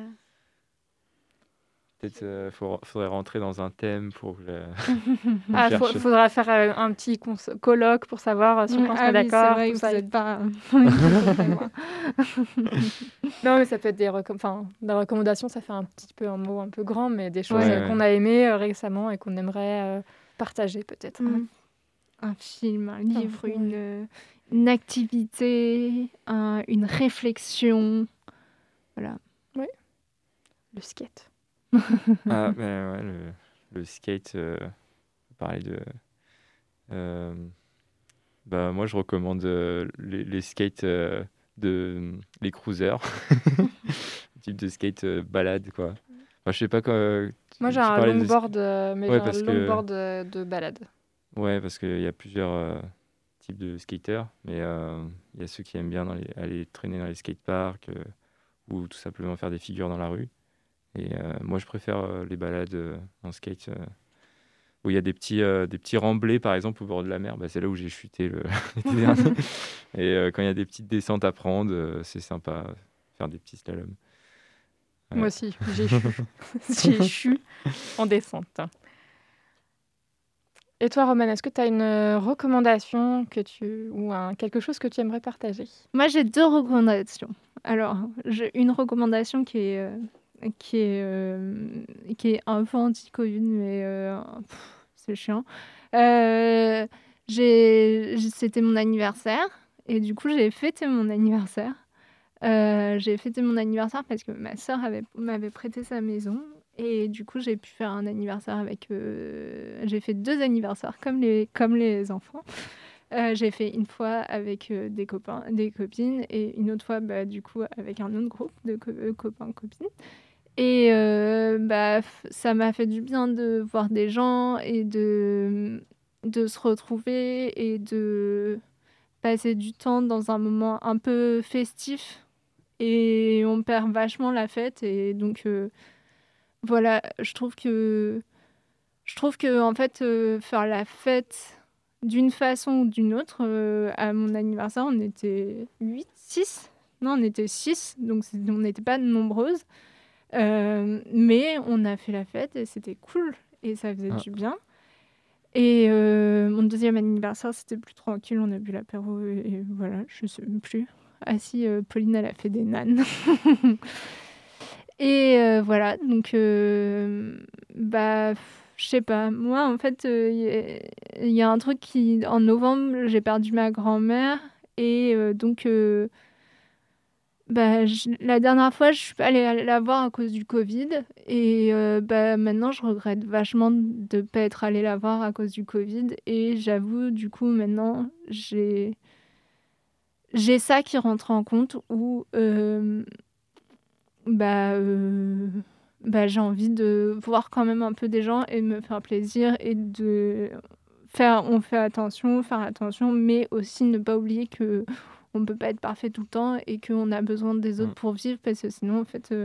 Peut-être faudrait rentrer dans un thème pour que faudra faire un petit colloque pour savoir si on pense d'accord. C'est vrai que vous n'êtes pas... Non, mais ça peut être des recommandations, ça fait un petit peu un mot un peu grand, mais des choses qu'on a aimées récemment et qu'on aimerait partager peut-être. Un film, un livre, une activité, une réflexion. Voilà. Oui. Le skate. Le skate, parler de... moi, je recommande les skates les cruisers. Type de skate balade, quoi. Enfin, je sais pas quoi... Moi, j'ai un longboard, mais j'ai un longboard de balade. Ouais, parce qu'il y a plusieurs types de skaters, mais il y a ceux qui aiment bien aller traîner dans les skateparks ou tout simplement faire des figures dans la rue. Et moi, je préfère les balades en skate où il y a des petits remblais, par exemple, au bord de la mer. C'est là où j'ai chuté l'été dernier. Et quand il y a des petites descentes à prendre, c'est sympa, faire des petits slaloms. Ouais. Moi aussi, j'ai chu en descente. Et toi, Romane, est-ce que tu as une recommandation ou quelque chose que tu aimerais partager? Moi, j'ai 2 recommandations. Alors, j'ai une recommandation qui est un peu anti-Covid, mais c'est chiant. C'était mon anniversaire, et du coup, j'ai fêté mon anniversaire. J'ai fêté mon anniversaire parce que ma sœur m'avait prêté sa maison. Et du coup, j'ai pu faire un anniversaire avec... j'ai fait 2 anniversaires comme les enfants. J'ai fait une fois avec des copains, des copines, et une autre fois, du coup, avec un autre groupe de copains, copines. Et ça m'a fait du bien de voir des gens et de se retrouver et de passer du temps dans un moment un peu festif. Et on perd vachement la fête. Et donc, voilà, je trouve que en fait, faire la fête d'une façon ou d'une autre, à mon anniversaire, on était 6. Non, on était 6, donc on n'était pas nombreuses. Mais on a fait la fête et c'était cool et ça faisait du bien. Et mon deuxième anniversaire, c'était plus tranquille, on a bu l'apéro et voilà, je sais même plus. Ah si, Pauline, elle a fait des nanes. Et voilà, donc je sais pas. Moi, en fait, il y a un truc en novembre, j'ai perdu ma grand-mère et donc... la dernière fois, je suis pas allée la voir à cause du Covid. Et maintenant, je regrette vachement de pas être allée la voir à cause du Covid. Et j'avoue, du coup, maintenant, j'ai ça qui rentre en compte où j'ai envie de voir quand même un peu des gens et de me faire plaisir et de faire attention, mais aussi ne pas oublier que on ne peut pas être parfait tout le temps et qu'on a besoin des autres pour vivre, parce que sinon,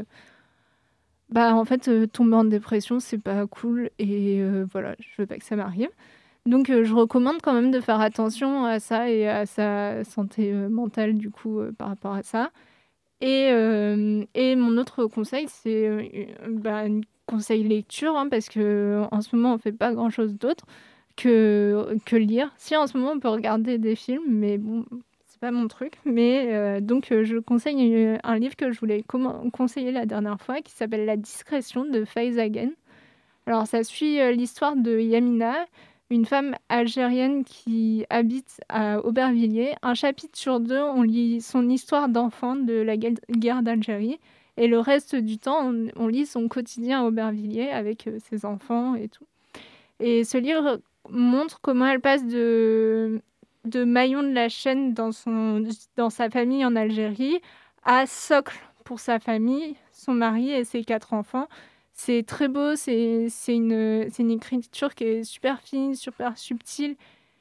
en fait, tomber en dépression, c'est pas cool. Et voilà, je veux pas que ça m'arrive. Donc, je recommande quand même de faire attention à ça et à sa santé mentale, du coup, par rapport à ça. Et mon autre conseil, c'est un conseil lecture, parce qu'en ce moment, on fait pas grand-chose d'autre que lire. Si, en ce moment, on peut regarder des films, mais bon... pas mon truc, mais donc je conseille un livre que je voulais conseiller la dernière fois qui s'appelle La discrétion de Faiz Agen. Alors ça suit l'histoire de Yamina, une femme algérienne qui habite à Aubervilliers. Un chapitre sur 2, on lit son histoire d'enfant de la guerre d'Algérie. Et le reste du temps, on lit son quotidien à Aubervilliers avec ses enfants et tout. Et ce livre montre comment elle passe de maillon de la chaîne dans sa famille en Algérie à socle pour sa famille, son mari et ses 4 enfants. C'est très beau, c'est une écriture qui est super fine, super subtile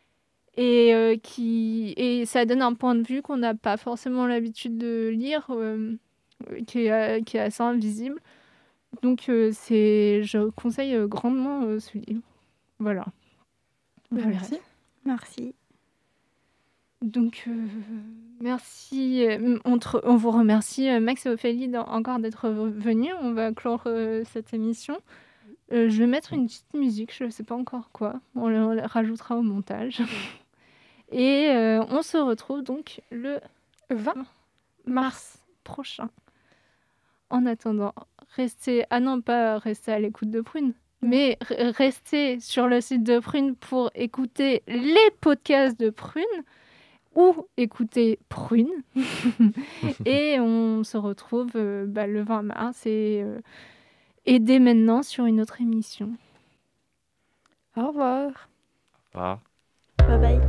et ça donne un point de vue qu'on n'a pas forcément l'habitude de lire, qui est assez invisible. Donc je conseille grandement ce livre. Voilà. Merci. Merci. Donc, merci. On vous remercie, Max et Ophélie, encore d'être venus. On va clore cette émission. Je vais mettre une petite musique, je ne sais pas encore quoi. On la rajoutera au montage. Et on se retrouve donc le 20 mars prochain. En attendant, restez à l'écoute de Prune, mais restez sur le site de Prune pour écouter les podcasts de Prune ou écouter Prune. Et on se retrouve le 20 mars et dès maintenant sur une autre émission. Au revoir. Au revoir. Bye bye.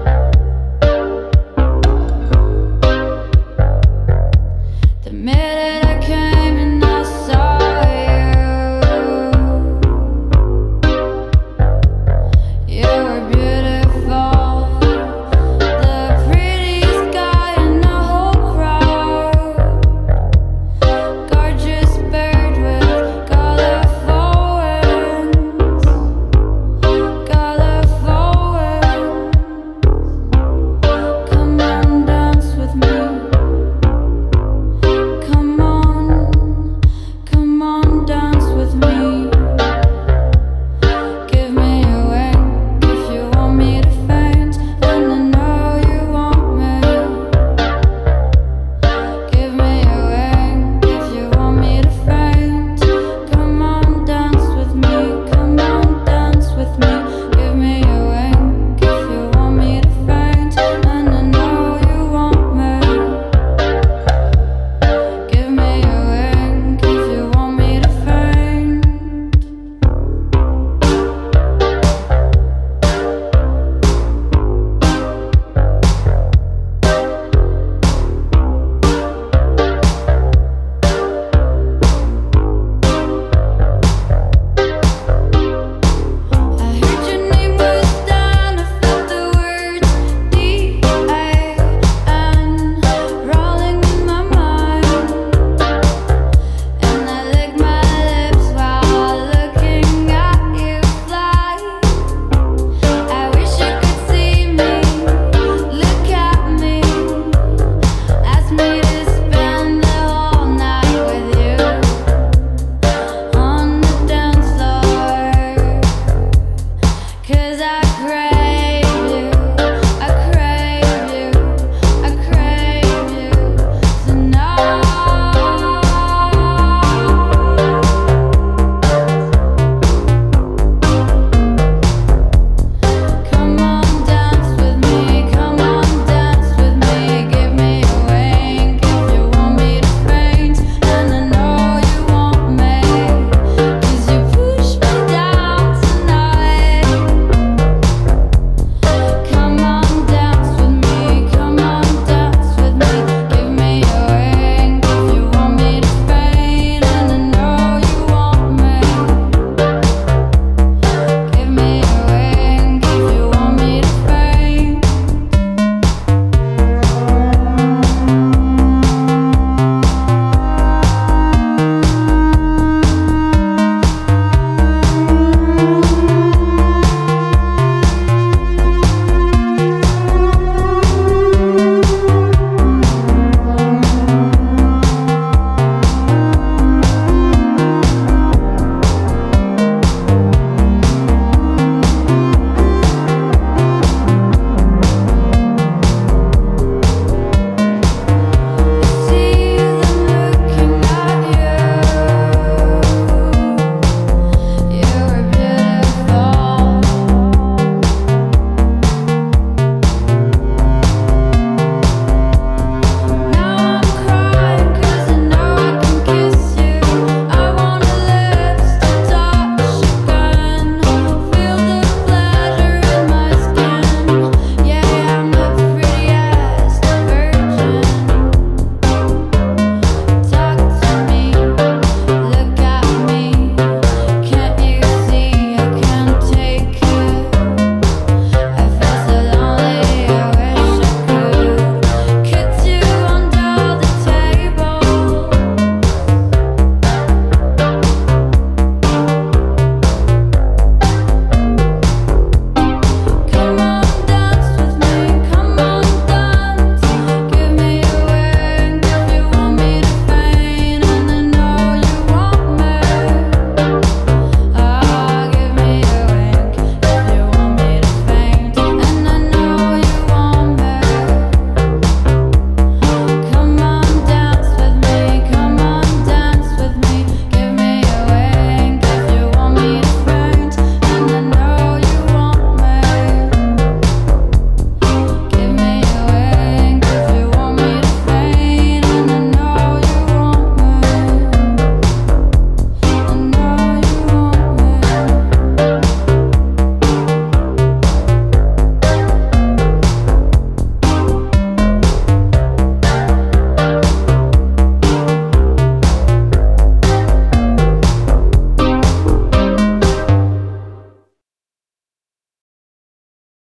The minute